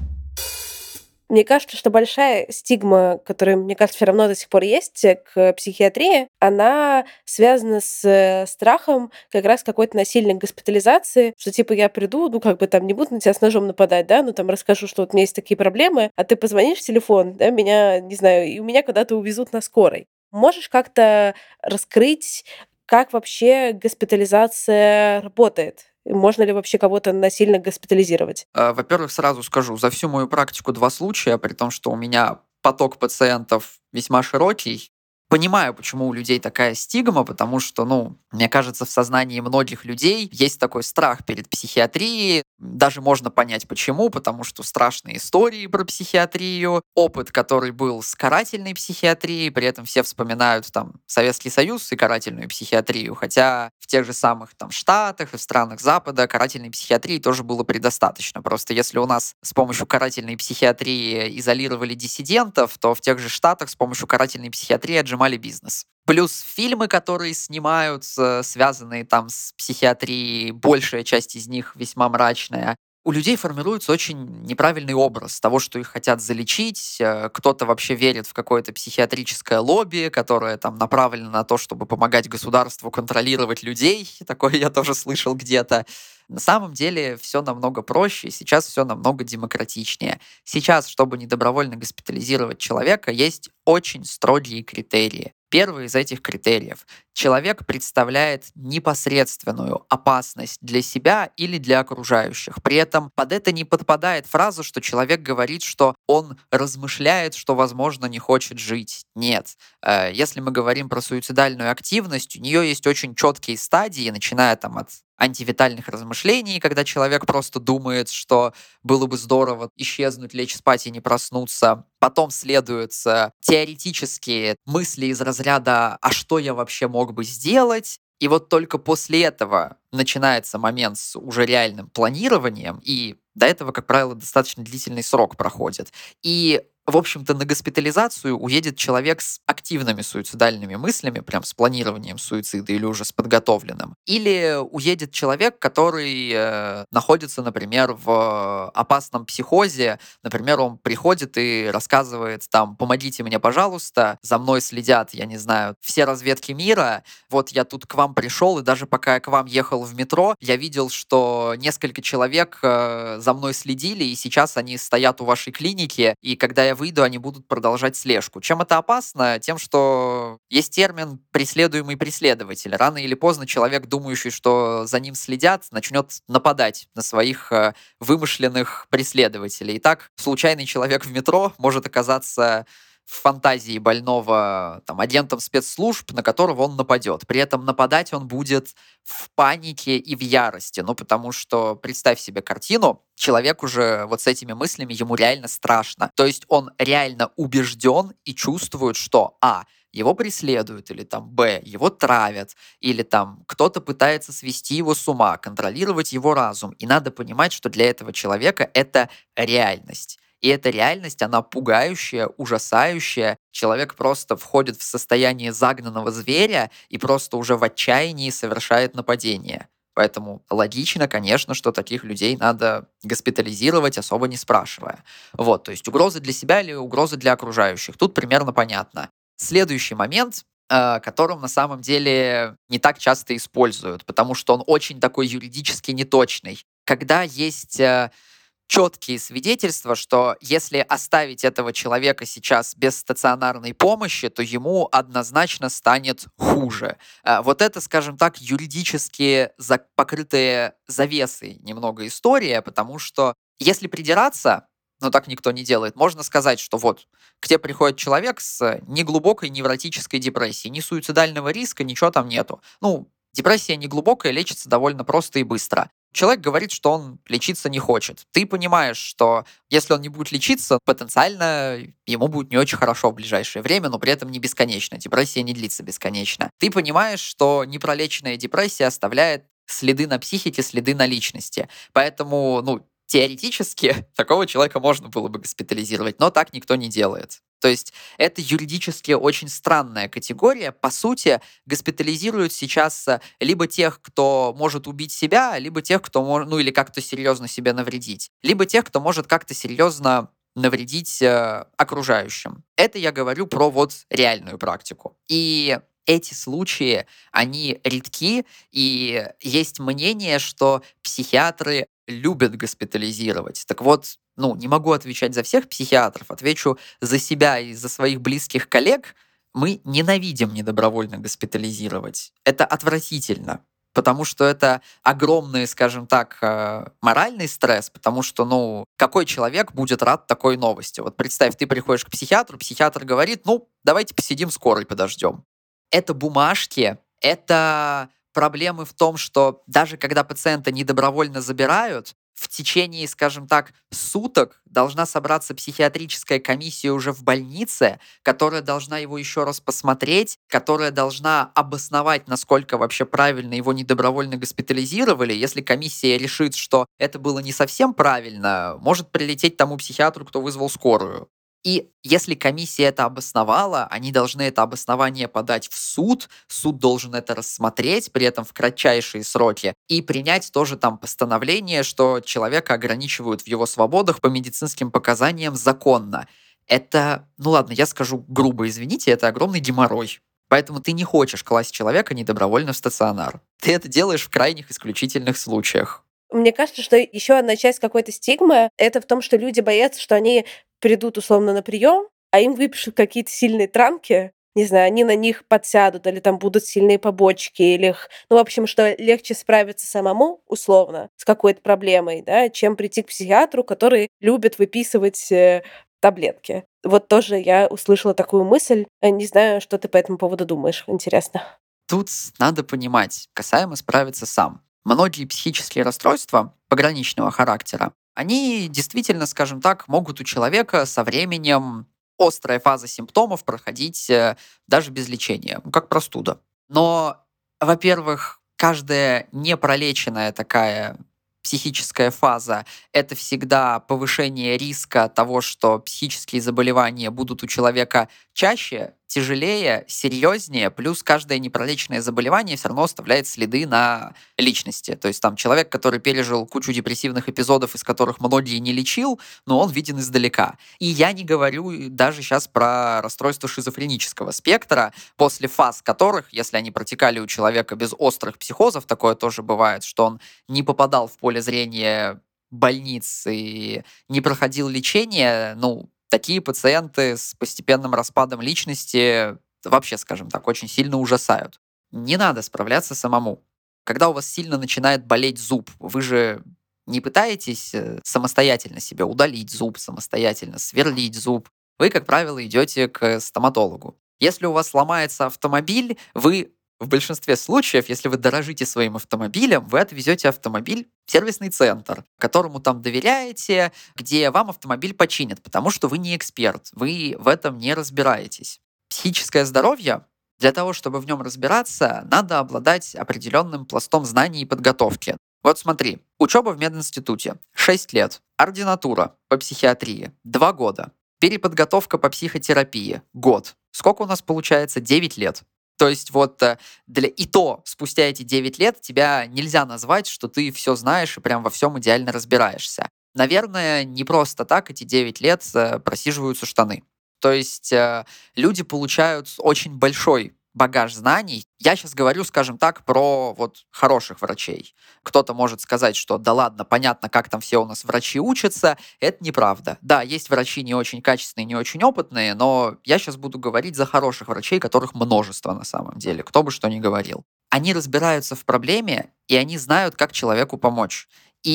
Мне кажется, что большая стигма, которая, мне кажется, все равно до сих пор есть к психиатрии, она связана с страхом как раз какой-то насильной госпитализации, что типа я приду, ну как бы там не буду на тебя с ножом нападать, да, ну там расскажу, что вот у меня есть такие проблемы, а ты позвонишь в телефон, да, меня, не знаю, и у меня куда-то увезут на скорой. Можешь как-то раскрыть, как вообще госпитализация работает? Можно ли вообще кого-то насильно госпитализировать? Во-первых, сразу скажу, за всю мою практику два случая, при том, что у меня поток пациентов весьма широкий. Понимаю, почему у людей такая стигма, потому что, ну, мне кажется, в сознании многих людей есть такой страх перед психиатрией. Даже можно понять, почему, потому что страшные истории про психиатрию, опыт, который был с карательной психиатрией, при этом все вспоминают там Советский Союз и карательную психиатрию, хотя в тех же самых там Штатах и в странах Запада карательной психиатрии тоже было предостаточно. Просто если у нас с помощью карательной психиатрии изолировали диссидентов, то в тех же Штатах с помощью карательной психиатрии отжимали бизнес. Плюс фильмы, которые снимают, связанные там с психиатрией, большая часть из них весьма мрачная. У людей формируется очень неправильный образ того, что их хотят залечить. Кто-то вообще верит в какое-то психиатрическое лобби, которое там направлено на то, чтобы помогать государству контролировать людей. Такое я тоже слышал где-то. На самом деле все намного проще, сейчас все намного демократичнее. Сейчас, чтобы недобровольно госпитализировать человека, есть очень строгие критерии. Первый из этих критериев. Человек представляет непосредственную опасность для себя или для окружающих. При этом под это не подпадает фраза, что человек говорит, что он размышляет, что, возможно, не хочет жить. Нет. Если мы говорим про суицидальную активность, у нее есть очень четкие стадии, начиная там от антивитальных размышлений, когда человек просто думает, что было бы здорово исчезнуть, лечь спать и не проснуться. Потом следуют теоретические мысли из разряда «а что я вообще мог бы сделать?». И вот только после этого начинается момент с уже реальным планированием, и до этого, как правило, достаточно длительный срок проходит. И в общем-то, на госпитализацию уедет человек с активными суицидальными мыслями, прям с планированием суицида или уже с подготовленным. Или уедет человек, который э, находится, например, в опасном психозе. Например, он приходит и рассказывает там: помогите мне, пожалуйста, за мной следят, я не знаю, все разведки мира. Вот я тут к вам пришел, и даже пока я к вам ехал в метро, я видел, что несколько человек э, за мной следили, и сейчас они стоят у вашей клиники, и когда я выйду, они будут продолжать слежку. Чем это опасно? Тем, что есть термин «преследуемый преследователь». Рано или поздно человек, думающий, что за ним следят, начнет нападать на своих э, вымышленных преследователей. И так случайный человек в метро может оказаться в фантазии больного там, агентом спецслужб, на которого он нападет. При этом нападать он будет в панике и в ярости. Ну, потому что, представь себе картину, человек уже вот с этими мыслями, ему реально страшно. То есть он реально убежден и чувствует, что а. его преследуют, или там б. его травят, или там кто-то пытается свести его с ума, контролировать его разум. И надо понимать, что для этого человека это реальность. И эта реальность, она пугающая, ужасающая. Человек просто входит в состояние загнанного зверя и просто уже в отчаянии совершает нападение. Поэтому логично, конечно, что таких людей надо госпитализировать, особо не спрашивая. Вот, то есть угрозы для себя или угрозы для окружающих. Тут примерно понятно. Следующий момент, э, которым на самом деле не так часто используют, потому что он очень такой юридически неточный. Когда есть э, четкие свидетельства, что если оставить этого человека сейчас без стационарной помощи, то ему однозначно станет хуже. Э, вот это, скажем так, юридически за- покрытые завесой немного история, потому что если придираться, но так никто не делает, можно сказать, что вот к тебе приходит человек с неглубокой невротической депрессией, ни суицидального риска, ничего там нету. Ну, депрессия неглубокая, лечится довольно просто и быстро. Человек говорит, что он лечиться не хочет. Ты понимаешь, что если он не будет лечиться, потенциально ему будет не очень хорошо в ближайшее время, но при этом не бесконечно. Депрессия не длится бесконечно. Ты понимаешь, что непролеченная депрессия оставляет следы на психике, следы на личности. Поэтому, ну, теоретически такого человека можно было бы госпитализировать, но так никто не делает. То есть это юридически очень странная категория. По сути, госпитализируют сейчас э, либо тех, кто может убить себя, либо тех, кто может, ну или как-то серьезно себе навредить, либо тех, кто может как-то серьезно навредить э, окружающим. Это я говорю про вот реальную практику. И эти случаи, они редки, и есть мнение, что психиатры любят госпитализировать. Так вот, ну, не могу отвечать за всех психиатров, отвечу за себя и за своих близких коллег. Мы ненавидим недобровольно госпитализировать. Это отвратительно, потому что это огромный, скажем так, э, моральный стресс, потому что, ну, какой человек будет рад такой новости? Вот представь, ты приходишь к психиатру, психиатр говорит, ну, давайте посидим, скорой подождем. Это бумажки, это проблемы в том, что даже когда пациента недобровольно забирают, в течение, скажем так, суток должна собраться психиатрическая комиссия уже в больнице, которая должна его еще раз посмотреть, которая должна обосновать, насколько вообще правильно его недобровольно госпитализировали. Если комиссия решит, что это было не совсем правильно, может прилететь тому психиатру, кто вызвал скорую. И если комиссия это обосновала, они должны это обоснование подать в суд, суд должен это рассмотреть, при этом в кратчайшие сроки, и принять тоже там постановление, что человека ограничивают в его свободах по медицинским показаниям законно. Это, ну ладно, я скажу грубо, извините, это огромный геморрой. Поэтому ты не хочешь класть человека недобровольно в стационар. Ты это делаешь в крайних исключительных случаях. Мне кажется, что еще одна часть какой-то стигмы — это в том, что люди боятся, что они придут условно на прием, а им выпишут какие-то сильные травки, не знаю, они на них подсядут, или там будут сильные побочки, или их... Ну, в общем, что легче справиться самому, условно, с какой-то проблемой, да, чем прийти к психиатру, который любит выписывать э, таблетки. Вот тоже я услышала такую мысль. Э, Не знаю, что ты по этому поводу думаешь. Интересно. Тут надо понимать, касаемо справиться сам. Многие психические расстройства пограничного характера, они действительно, скажем так, могут у человека со временем острая фаза симптомов проходить э, даже без лечения, ну, как простуда. Но, во-первых, каждая непролеченная такая психическая фаза — это всегда повышение риска того, что психические заболевания будут у человека чаще, тяжелее, серьезнее, плюс каждое непролеченное заболевание все равно оставляет следы на личности. То есть там человек, который пережил кучу депрессивных эпизодов, из которых многие не лечил, но он виден издалека. И я не говорю даже сейчас про расстройство шизофренического спектра, после фаз которых, если они протекали у человека без острых психозов, такое тоже бывает, что он не попадал в поле зрения больниц и не проходил лечение, ну, такие пациенты с постепенным распадом личности вообще, скажем так, очень сильно ужасают. Не надо справляться самому. Когда у вас сильно начинает болеть зуб, вы же не пытаетесь э, самостоятельно себе удалить зуб, самостоятельно сверлить зуб. вы, как правило, идете к стоматологу. Если у вас ломается автомобиль, вы в большинстве случаев, если вы дорожите своим автомобилем, вы отвезете автомобиль в сервисный центр, которому там доверяете, где вам автомобиль починят, потому что вы не эксперт, вы в этом не разбираетесь. Психическое здоровье, для того, чтобы в нем разбираться, надо обладать определенным пластом знаний и подготовки. Вот смотри, учеба в мединституте шесть лет, ординатура по психиатрии два года, переподготовка по психотерапии год. Сколько у нас получается? девять лет. То есть вот э, для... и то спустя эти девять лет тебя нельзя назвать, что ты все знаешь и прям во всем идеально разбираешься. Наверное, не просто так эти девять лет э, просиживаются штаны. То есть э, люди получают очень большой багаж знаний. Я сейчас говорю, скажем так, про вот хороших врачей. Кто-то может сказать, что да ладно, понятно, как там все у нас врачи учатся. Это неправда. Да, есть врачи не очень качественные, не очень опытные, но я сейчас буду говорить за хороших врачей, которых множество на самом деле, кто бы что ни говорил. Они разбираются в проблеме, и они знают, как человеку помочь.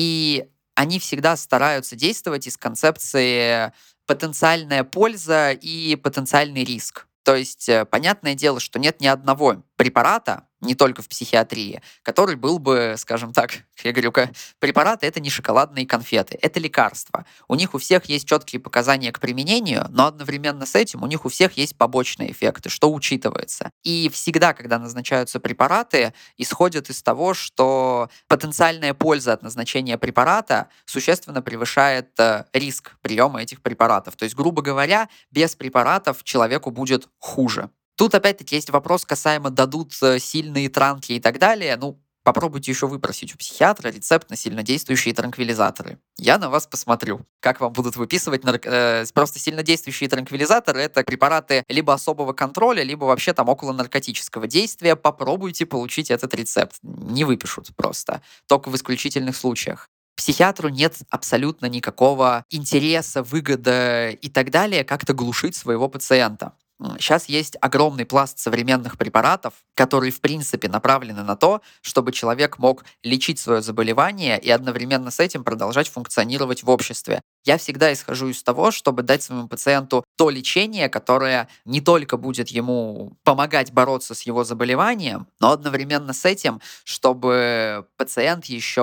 И они всегда стараются действовать из концепции потенциальная польза и потенциальный риск. То есть, э, понятное дело, что нет ни одного препарата, не только в психиатрии, который был бы, скажем так, я говорю, ка- препараты — это не шоколадные конфеты, это лекарства. У них у всех есть четкие показания к применению, но одновременно с этим у них у всех есть побочные эффекты, что учитывается. И всегда, когда назначаются препараты, исходят из того, что потенциальная польза от назначения препарата существенно превышает э, риск приема этих препаратов. То есть, грубо говоря, без препаратов человеку будет хуже. Тут опять-таки есть вопрос касаемо дадут э, сильные транки и так далее. Ну, попробуйте еще выпросить у психиатра рецепт на сильнодействующие транквилизаторы. Я на вас посмотрю, как вам будут выписывать нарк- э, просто сильнодействующие транквилизаторы. Это препараты либо особого контроля, либо вообще там около наркотического действия. Попробуйте получить этот рецепт. Не выпишут просто. Только в исключительных случаях. Психиатру нет абсолютно никакого интереса, выгода и так далее как-то глушить своего пациента. Сейчас есть огромный пласт современных препаратов, которые, в принципе, направлены на то, чтобы человек мог лечить свое заболевание и одновременно с этим продолжать функционировать в обществе. Я всегда исхожу из того, чтобы дать своему пациенту то лечение, которое не только будет ему помогать бороться с его заболеванием, но одновременно с этим, чтобы пациент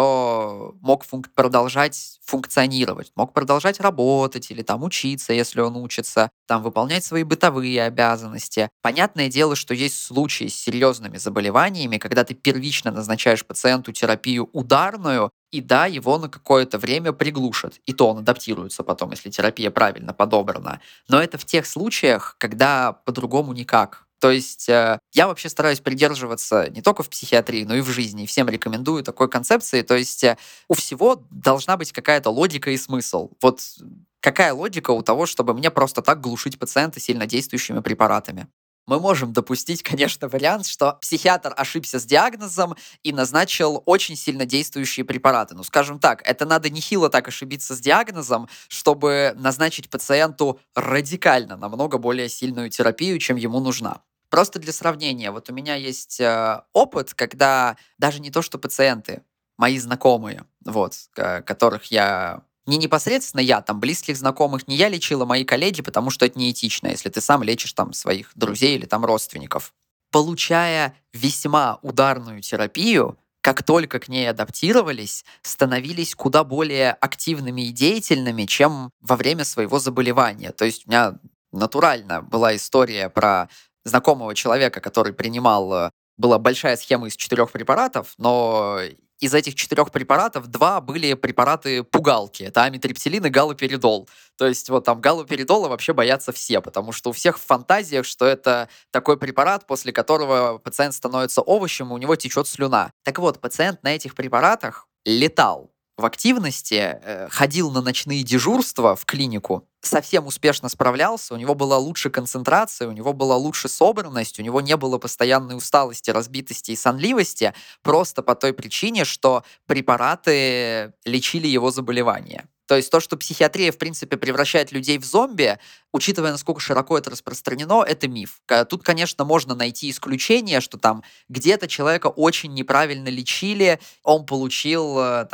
еще мог функ- продолжать функционировать, мог продолжать работать или там учиться, если он учится, там выполнять свои бытовые обязанности. Понятное дело, что есть случаи с серьезными заболеваниями, когда ты первично назначаешь пациенту терапию ударную, и да, его на какое-то время приглушат. И то он адаптируется потом, если терапия правильно подобрана. Но это в тех случаях, когда по-другому никак. То есть э, я вообще стараюсь придерживаться не только в психиатрии, но и в жизни. И всем рекомендую такой концепции. То есть э, у всего должна быть какая-то логика и смысл. Вот какая логика у того, чтобы мне просто так глушить пациента сильнодействующими препаратами? Мы можем допустить, конечно, вариант, что психиатр ошибся с диагнозом и назначил очень сильно действующие препараты. Ну, скажем так, это надо нехило так ошибиться с диагнозом, чтобы назначить пациенту радикально намного более сильную терапию, чем ему нужна. Просто для сравнения, вот у меня есть э, опыт, когда даже не то, что пациенты, мои знакомые, вот, к- которых я не непосредственно я, там, близких знакомых не я лечила, мои коллеги, потому что это неэтично, если ты сам лечишь там своих друзей или там родственников. Получая весьма ударную терапию, как только к ней адаптировались, становились куда более активными и деятельными, чем во время своего заболевания. То есть у меня натурально была история про знакомого человека, который принимал... э, Была большая схема из четырех препаратов, но из этих четырех препаратов два были препараты-пугалки. Это амитриптилин и галоперидол. То есть вот там галоперидола вообще боятся все, потому что у всех в фантазиях, что это такой препарат, после которого пациент становится овощем, и у него течет слюна. Так вот, пациент на этих препаратах летал в активности, э, ходил на ночные дежурства в клинику, совсем успешно справлялся, у него была лучше концентрация, у него была лучше собранность, у него не было постоянной усталости, разбитости и сонливости, просто по той причине, что препараты лечили его заболевание. То есть то, что психиатрия, в принципе, превращает людей в зомби, учитывая, насколько широко это распространено, это миф. К- Тут, конечно, можно найти исключение, что там где-то человека очень неправильно лечили, он получил э, там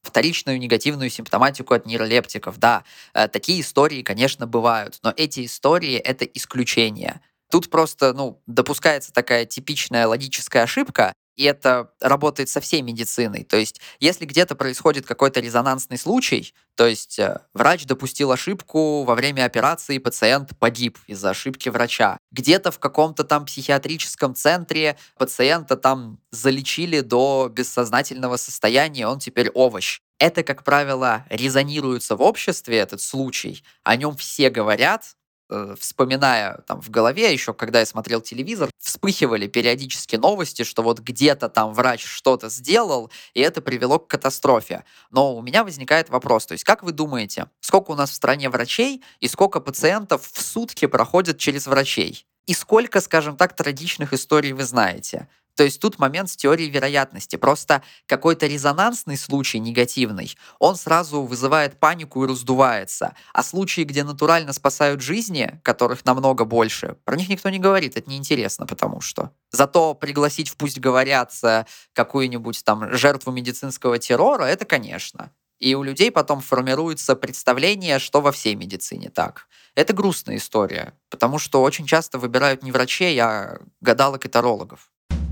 вторичную негативную симптоматику от нейролептиков. Да, э, такие истории, конечно, бывают, но эти истории — это исключение. Тут просто, ну, допускается такая типичная логическая ошибка, и это работает со всей медициной. То есть, если где-то происходит какой-то резонансный случай, то есть э, врач допустил ошибку во время операции, пациент погиб из-за ошибки врача. Где-то в каком-то там психиатрическом центре пациента там залечили до бессознательного состояния, он теперь овощ. Это, как правило, резонируется в обществе, этот случай. О нем все говорят, э, вспоминая там в голове, еще когда я смотрел телевизор, вспыхивали периодически новости, что вот где-то там врач что-то сделал, и это привело к катастрофе. Но у меня возникает вопрос, то есть как вы думаете, сколько у нас в стране врачей и сколько пациентов в сутки проходят через врачей? И сколько, скажем так, трагичных историй вы знаете? То есть тут момент с теорией вероятности. Просто какой-то резонансный случай негативный, он сразу вызывает панику и раздувается. А случаи, где натурально спасают жизни, которых намного больше, про них никто не говорит, это неинтересно, потому что. Зато пригласить в «Пусть говорят» э, какую-нибудь там жертву медицинского террора, это, конечно. И у людей потом формируется представление, что во всей медицине так. Это грустная история, потому что очень часто выбирают не врачей, а гадалок и тарологов.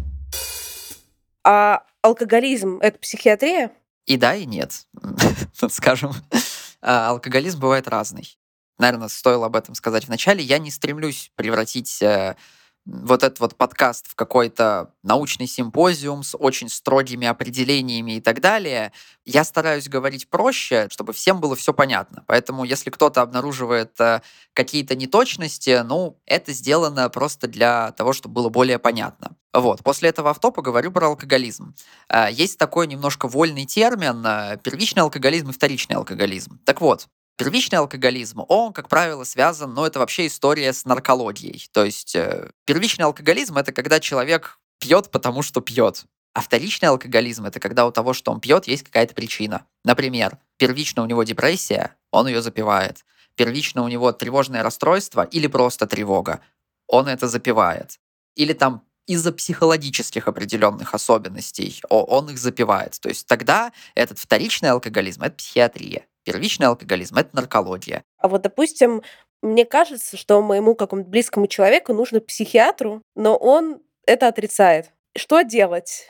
А алкоголизм — это психиатрия? И да, и нет. Тут скажем, а, алкоголизм бывает разный. Наверное, стоило об этом сказать вначале. Я не стремлюсь превратить э, вот этот вот подкаст в какой-то научный симпозиум с очень строгими определениями и так далее. Я стараюсь говорить проще, чтобы всем было все понятно. Поэтому, если кто-то обнаруживает э, какие-то неточности, ну, это сделано просто для того, чтобы было более понятно. Вот. После этого авто поговорю про алкоголизм. Э, Есть такой немножко вольный термин э, первичный алкоголизм и вторичный алкоголизм. Так вот, первичный алкоголизм, он, как правило, связан, ну, это вообще история с наркологией. То есть э, первичный алкоголизм — это когда человек пьет, потому что пьет. А вторичный алкоголизм — это когда у того, что он пьет, есть какая-то причина. Например, первично у него депрессия, он ее запивает. Первично у него тревожное расстройство или просто тревога, он это запивает. Или там из-за психологических определенных особенностей о- он их запивает. То есть тогда этот вторичный алкоголизм — это психиатрия. Первичный алкоголизм — это наркология. А вот, допустим, мне кажется, что моему какому-то близкому человеку нужно к психиатру, но он это отрицает. Что делать?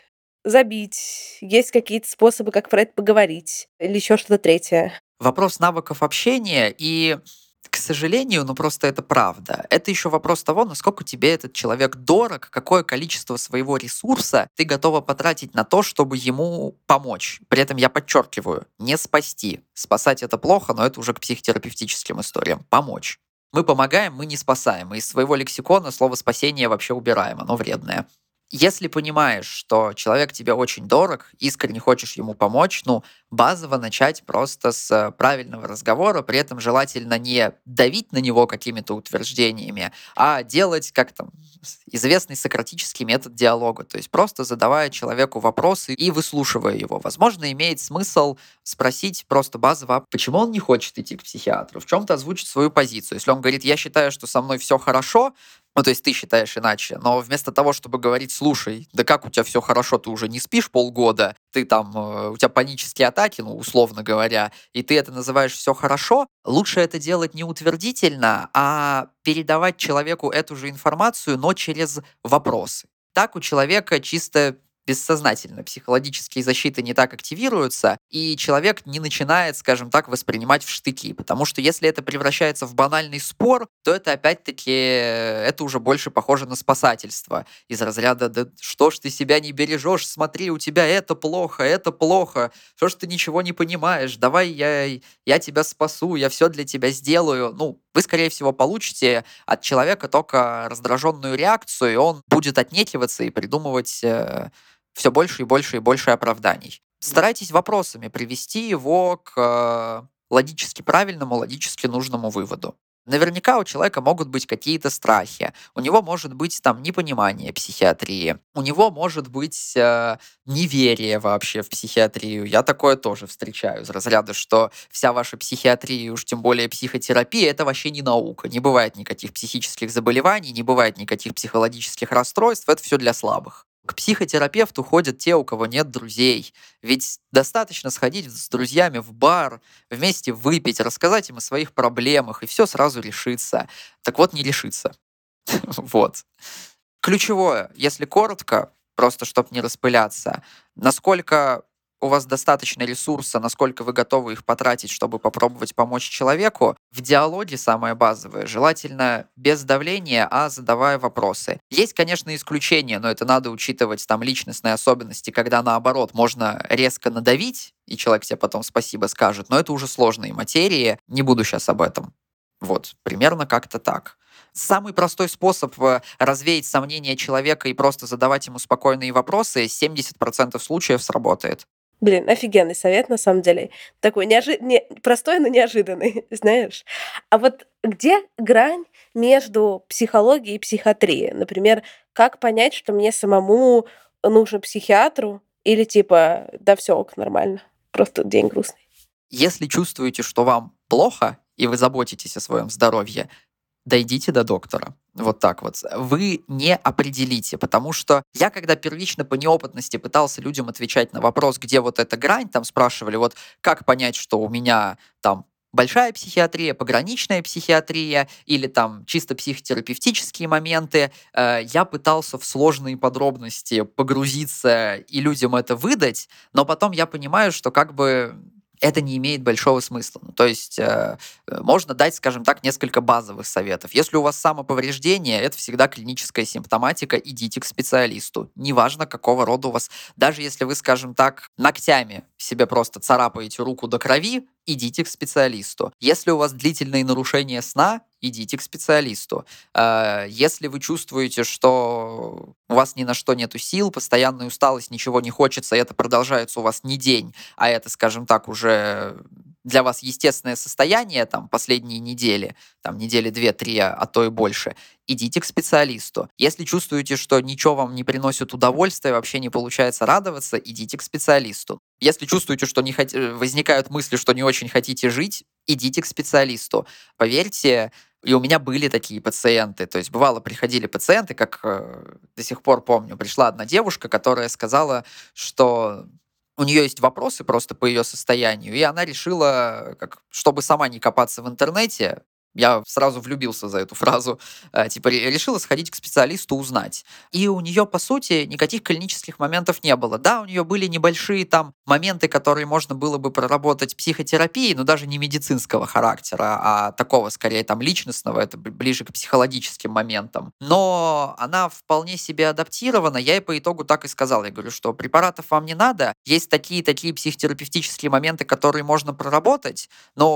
Забить? Есть какие-то способы, как про это поговорить? Или еще что-то третье? Вопрос навыков общения и, к сожалению, ну просто это правда. Это еще вопрос того, насколько тебе этот человек дорог, какое количество своего ресурса ты готова потратить на то, чтобы ему помочь. При этом я подчеркиваю, не спасти. Спасать это плохо, но это уже к психотерапевтическим историям. Помочь. Мы помогаем, мы не спасаем. Мы из своего лексикона слово «спасение» вообще убираем, оно вредное. Если понимаешь, что человек тебе очень дорог, искренне хочешь ему помочь, ну, базово начать просто с э, правильного разговора, при этом желательно не давить на него какими-то утверждениями, а делать, как там, с- известный сократический метод диалога, то есть просто задавая человеку вопросы и выслушивая его. Возможно, имеет смысл спросить просто базово, а почему он не хочет идти к психиатру, в чем-то озвучить свою позицию. Если он говорит, я считаю, что со мной все хорошо, ну, то есть ты считаешь иначе, но вместо того, чтобы говорить, слушай, да как у тебя все хорошо, ты уже не спишь полгода, ты там, э, у тебя панические атаки, ну, условно говоря, и ты это называешь все хорошо, лучше это делать не утвердительно, а передавать человеку эту же информацию, но через вопросы. Так у человека чисто бессознательно психологические защиты не так активируются, и человек не начинает, скажем так, воспринимать в штыки. Потому что если это превращается в банальный спор, то это опять-таки, э, это уже больше похоже на спасательство. Из разряда, да что ж ты себя не бережешь, смотри, у тебя это плохо, это плохо, что ж ты ничего не понимаешь, давай я, я тебя спасу, я все для тебя сделаю. Ну, вы, скорее всего, получите от человека только раздраженную реакцию, и он будет отнекиваться и придумывать все больше и больше и больше оправданий. Старайтесь вопросами привести его к э, логически правильному, логически нужному выводу. Наверняка у человека могут быть какие-то страхи, у него может быть там непонимание психиатрии, у него может быть э, неверие вообще в психиатрию. Я такое тоже встречаю из разряда, что вся ваша психиатрия, уж тем более психотерапия, это вообще не наука. Не бывает никаких психических заболеваний, не бывает никаких психологических расстройств, это все для слабых. К психотерапевту ходят те, у кого нет друзей. Ведь достаточно сходить с друзьями в бар, вместе выпить, рассказать им о своих проблемах, и все сразу решится. Так вот, не решится. Вот. Ключевое, если коротко, просто чтобы не распыляться, насколько у вас достаточно ресурса, насколько вы готовы их потратить, чтобы попробовать помочь человеку. В диалоге самое базовое. Желательно без давления, а задавая вопросы. Есть, конечно, исключения, но это надо учитывать там личностные особенности, когда наоборот можно резко надавить, и человек тебе потом спасибо скажет, но это уже сложные материи. Не буду сейчас об этом. Вот, примерно как-то так. Самый простой способ э, развеять сомнения человека и просто задавать ему спокойные вопросы семьдесят процентов случаев сработает. Блин, офигенный совет, на самом деле. Такой неожи... не... простой, но неожиданный, знаешь. А вот где грань между психологией и психиатрией? Например, как понять, что мне самому нужно психиатру, или типа, да все, ок, нормально, просто день грустный. Если чувствуете, что вам плохо, и вы заботитесь о своем здоровье, дойдите до доктора. Вот так вот. Вы не определите, потому что я, когда первично по неопытности пытался людям отвечать на вопрос, где вот эта грань, там спрашивали, вот как понять, что у меня там большая психиатрия, пограничная психиатрия или там чисто психотерапевтические моменты, э, я пытался в сложные подробности погрузиться и людям это выдать, но потом я понимаю, что как бы это не имеет большого смысла. Ну, то есть э, можно дать, скажем так, несколько базовых советов. Если у вас самоповреждение, это всегда клиническая симптоматика, идите к специалисту. Неважно, какого рода у вас. Даже если вы, скажем так, ногтями себе просто царапаете руку до крови, идите к специалисту. Если у вас длительные нарушения сна, идите к специалисту. Э, Если вы чувствуете, что у вас ни на что нету сил, постоянная усталость, ничего не хочется, и это продолжается у вас не день, а это, скажем так, уже для вас естественное состояние, там, последние недели, там, недели две-три, а то и больше, идите к специалисту. Если чувствуете, что ничего вам не приносит удовольствия, вообще не получается радоваться, идите к специалисту. Если чувствуете, что не хот... возникают мысли, что не очень хотите жить, идите к специалисту. Поверьте, и у меня были такие пациенты. То есть бывало, приходили пациенты, как э, до сих пор помню, пришла одна девушка, которая сказала, что у нее есть вопросы просто по ее состоянию, и она решила, как, чтобы сама не копаться в интернете, я сразу влюбился за эту фразу, э, типа ре- решила сходить к специалисту узнать. И у нее, по сути, никаких клинических моментов не было. Да, у нее были небольшие там моменты, которые можно было бы проработать психотерапией, но даже не медицинского характера, а такого, скорее, там, личностного, это б- ближе к психологическим моментам. Но она вполне себе адаптирована. Я ей по итогу так и сказал. Я говорю, что препаратов вам не надо, есть такие-такие психотерапевтические моменты, которые можно проработать,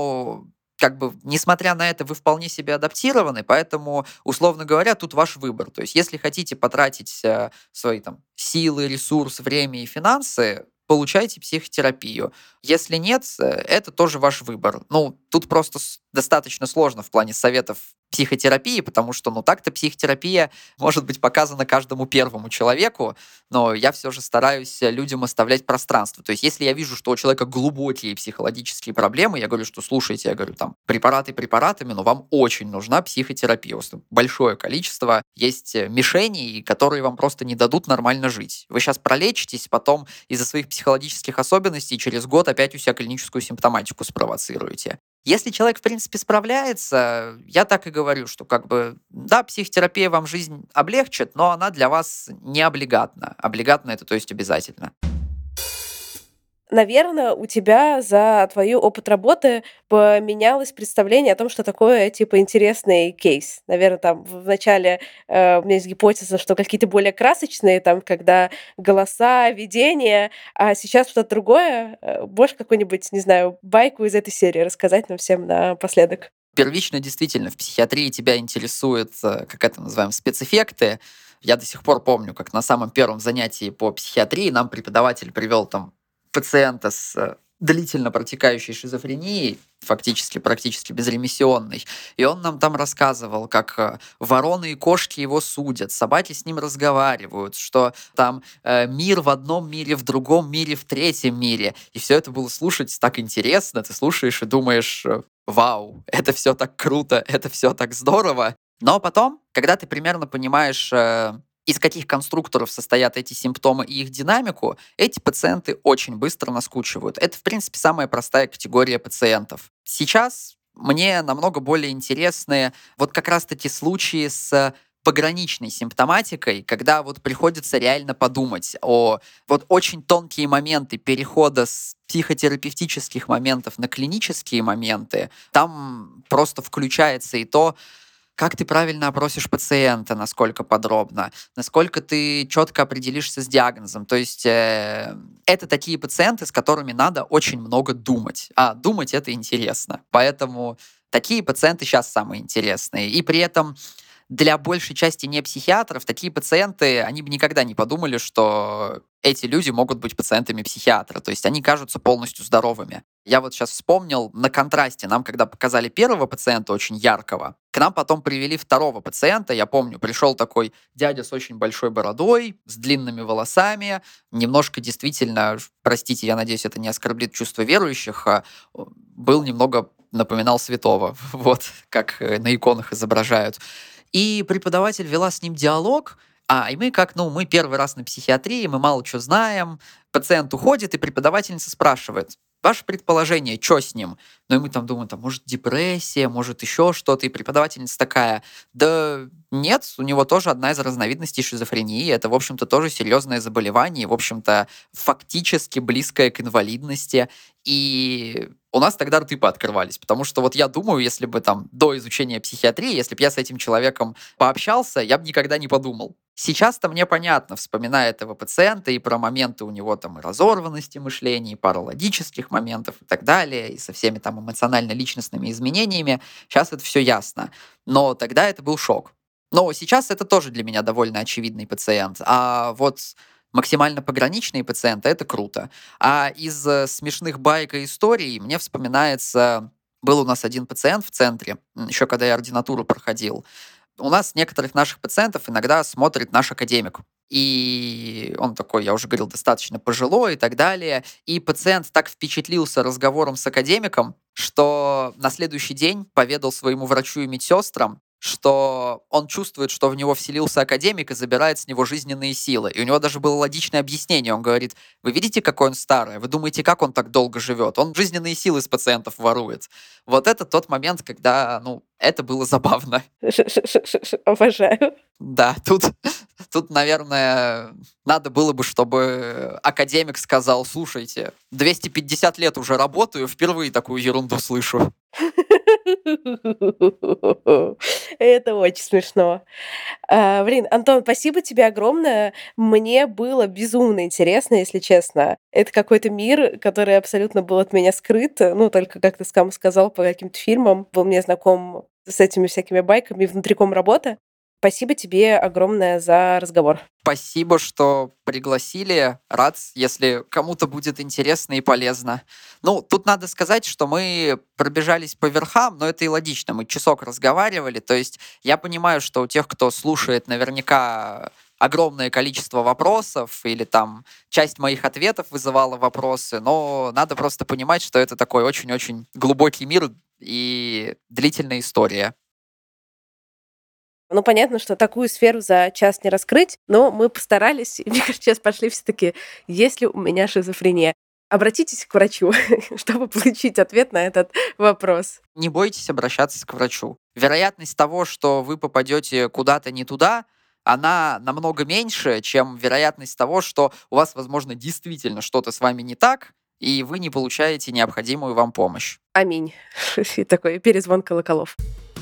но как бы, несмотря на это, вы вполне себе адаптированы, поэтому, условно говоря, тут ваш выбор. То есть, если хотите потратить э, свои там силы, ресурс, время и финансы, получайте психотерапию. Если нет, э, это тоже ваш выбор. Ну, тут просто с- достаточно сложно в плане советов психотерапии, потому что, ну, так-то психотерапия может быть показана каждому первому человеку, но я все же стараюсь э, людям оставлять пространство. То есть, если я вижу, что у человека глубокие психологические проблемы, я говорю, что слушайте, я говорю, там, препараты препаратами, но вам очень нужна психотерапия. У вас там большое количество есть э, мишеней, которые вам просто не дадут нормально жить. Вы сейчас пролечитесь, потом из-за своих психологических особенностей через год опять у себя клиническую симптоматику спровоцируете. Если человек, в принципе, справляется, я так и говорю, что как бы, да, психотерапия вам жизнь облегчит, но она для вас не облигатна. Облигатна это, то есть, обязательно. Наверное, у тебя за твою опыт работы поменялось представление о том, что такое, типа, интересный кейс. Наверное, там в начале э, у меня есть гипотеза, что какие-то более красочные, там, когда голоса, видения, а сейчас что-то другое. Э, Можешь какую-нибудь, не знаю, байку из этой серии рассказать нам всем напоследок? Первично, действительно, в психиатрии тебя интересуют, э, как это называем, спецэффекты. Я до сих пор помню, как на самом первом занятии по психиатрии нам преподаватель привел там пациента с э, длительно протекающей шизофренией, фактически практически безремиссионной. И он нам там рассказывал, как э, вороны и кошки его судят, собаки с ним разговаривают, что там э, мир в одном мире, в другом мире, в третьем мире. И все это было слушать так интересно. Ты слушаешь и думаешь, э, вау, это все так круто, это все так здорово. Но потом, когда ты примерно понимаешь, э, из каких конструкторов состоят эти симптомы и их динамику, эти пациенты очень быстро наскучивают. Это, в принципе, самая простая категория пациентов. Сейчас мне намного более интересны вот как раз-таки случаи с пограничной симптоматикой, когда вот приходится реально подумать о вот очень тонкие моменты перехода с психотерапевтических моментов на клинические моменты. Там просто включается и то, как ты правильно опросишь пациента, насколько подробно, насколько ты четко определишься с диагнозом. То есть э, это такие пациенты, с которыми надо очень много думать. А думать это интересно. Поэтому такие пациенты сейчас самые интересные. И при этом для большей части не психиатров такие пациенты, они бы никогда не подумали, что эти люди могут быть пациентами психиатра. То есть они кажутся полностью здоровыми. Я вот сейчас вспомнил, на контрасте, нам когда показали первого пациента очень яркого, к нам потом привели второго пациента. Я помню, пришел такой дядя с очень большой бородой, с длинными волосами, немножко действительно, простите, я надеюсь, это не оскорбит чувства верующих, а был немного напоминал святого, вот, как на иконах изображают. И преподаватель вела с ним диалог, а и мы как, ну, мы первый раз на психиатрии, мы мало что знаем. Пациент уходит, и преподавательница спрашивает: ваше предположение, что с ним? Ну и мы там думаем, там, может, депрессия, может, еще что-то. И преподавательница такая: да нет, у него тоже одна из разновидностей шизофрении. Это, в общем-то, тоже серьезное заболевание, в общем-то, фактически близкое к инвалидности. И у нас тогда рты пооткрывались, потому что вот я думаю, если бы там до изучения психиатрии, если бы я с этим человеком пообщался, я бы никогда не подумал. Сейчас-то мне понятно, вспоминая этого пациента и про моменты у него там и разорванности мышления, и паралогических моментов и так далее, и со всеми там эмоционально-личностными изменениями. Сейчас это все ясно. Но тогда это был шок. Но сейчас это тоже для меня довольно очевидный пациент. А вот максимально пограничные пациенты — это круто. А из э, смешных баек и историй мне вспоминается, был у нас один пациент в центре, еще когда я ординатуру проходил. У нас некоторых наших пациентов иногда смотрит наш академик. И он такой, я уже говорил, достаточно пожилой и так далее. И пациент так впечатлился разговором с академиком, что на следующий день поведал своему врачу и медсестрам, что он чувствует, что в него вселился академик и забирает с него жизненные силы. И у него даже было логичное объяснение. Он говорит: вы видите, какой он старый? Вы думаете, как он так долго живет? Он жизненные силы с пациентов ворует. Вот это тот момент, когда, ну, это было забавно. Обожаю. Да, тут, тут, наверное, надо было бы, чтобы академик сказал: слушайте, двести пятьдесят лет уже работаю, впервые такую ерунду слышу. Это очень смешно. А, блин, Антон, спасибо тебе огромное. Мне было безумно интересно, если честно. Это какой-то мир, который абсолютно был от меня скрыт. Ну, только, как ты сам сказал, по каким-то фильмам. Был мне знаком с этими всякими байками внутриком работы. Спасибо тебе огромное за разговор. Спасибо, что пригласили. Рад, если кому-то будет интересно и полезно. Ну, тут надо сказать, что мы пробежались по верхам, но это и логично. Мы часок разговаривали. То есть я понимаю, что у тех, кто слушает, наверняка огромное количество вопросов, или там часть моих ответов вызывала вопросы, но надо просто понимать, что это такой очень-очень глубокий мир и длительная история. Ну, понятно, что такую сферу за час не раскрыть, но мы постарались, и мне кажется, сейчас пошли все таки: есть ли у меня шизофрения? Обратитесь к врачу, чтобы получить ответ на этот вопрос. Не бойтесь обращаться к врачу. Вероятность того, что вы попадете куда-то не туда, она намного меньше, чем вероятность того, что у вас, возможно, действительно что-то с вами не так, и вы не получаете необходимую вам помощь. Аминь. И такой перезвон колоколов.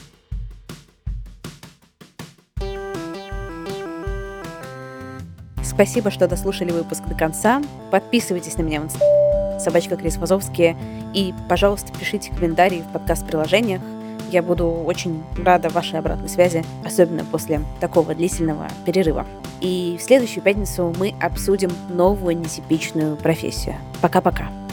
Спасибо, что дослушали выпуск до конца. Подписывайтесь на меня в инстаграме собачка Крис Вазовский. И, пожалуйста, пишите комментарии в подкаст-приложениях. Я буду очень рада вашей обратной связи, особенно после такого длительного перерыва. И в следующую пятницу мы обсудим новую нетипичную профессию. Пока-пока.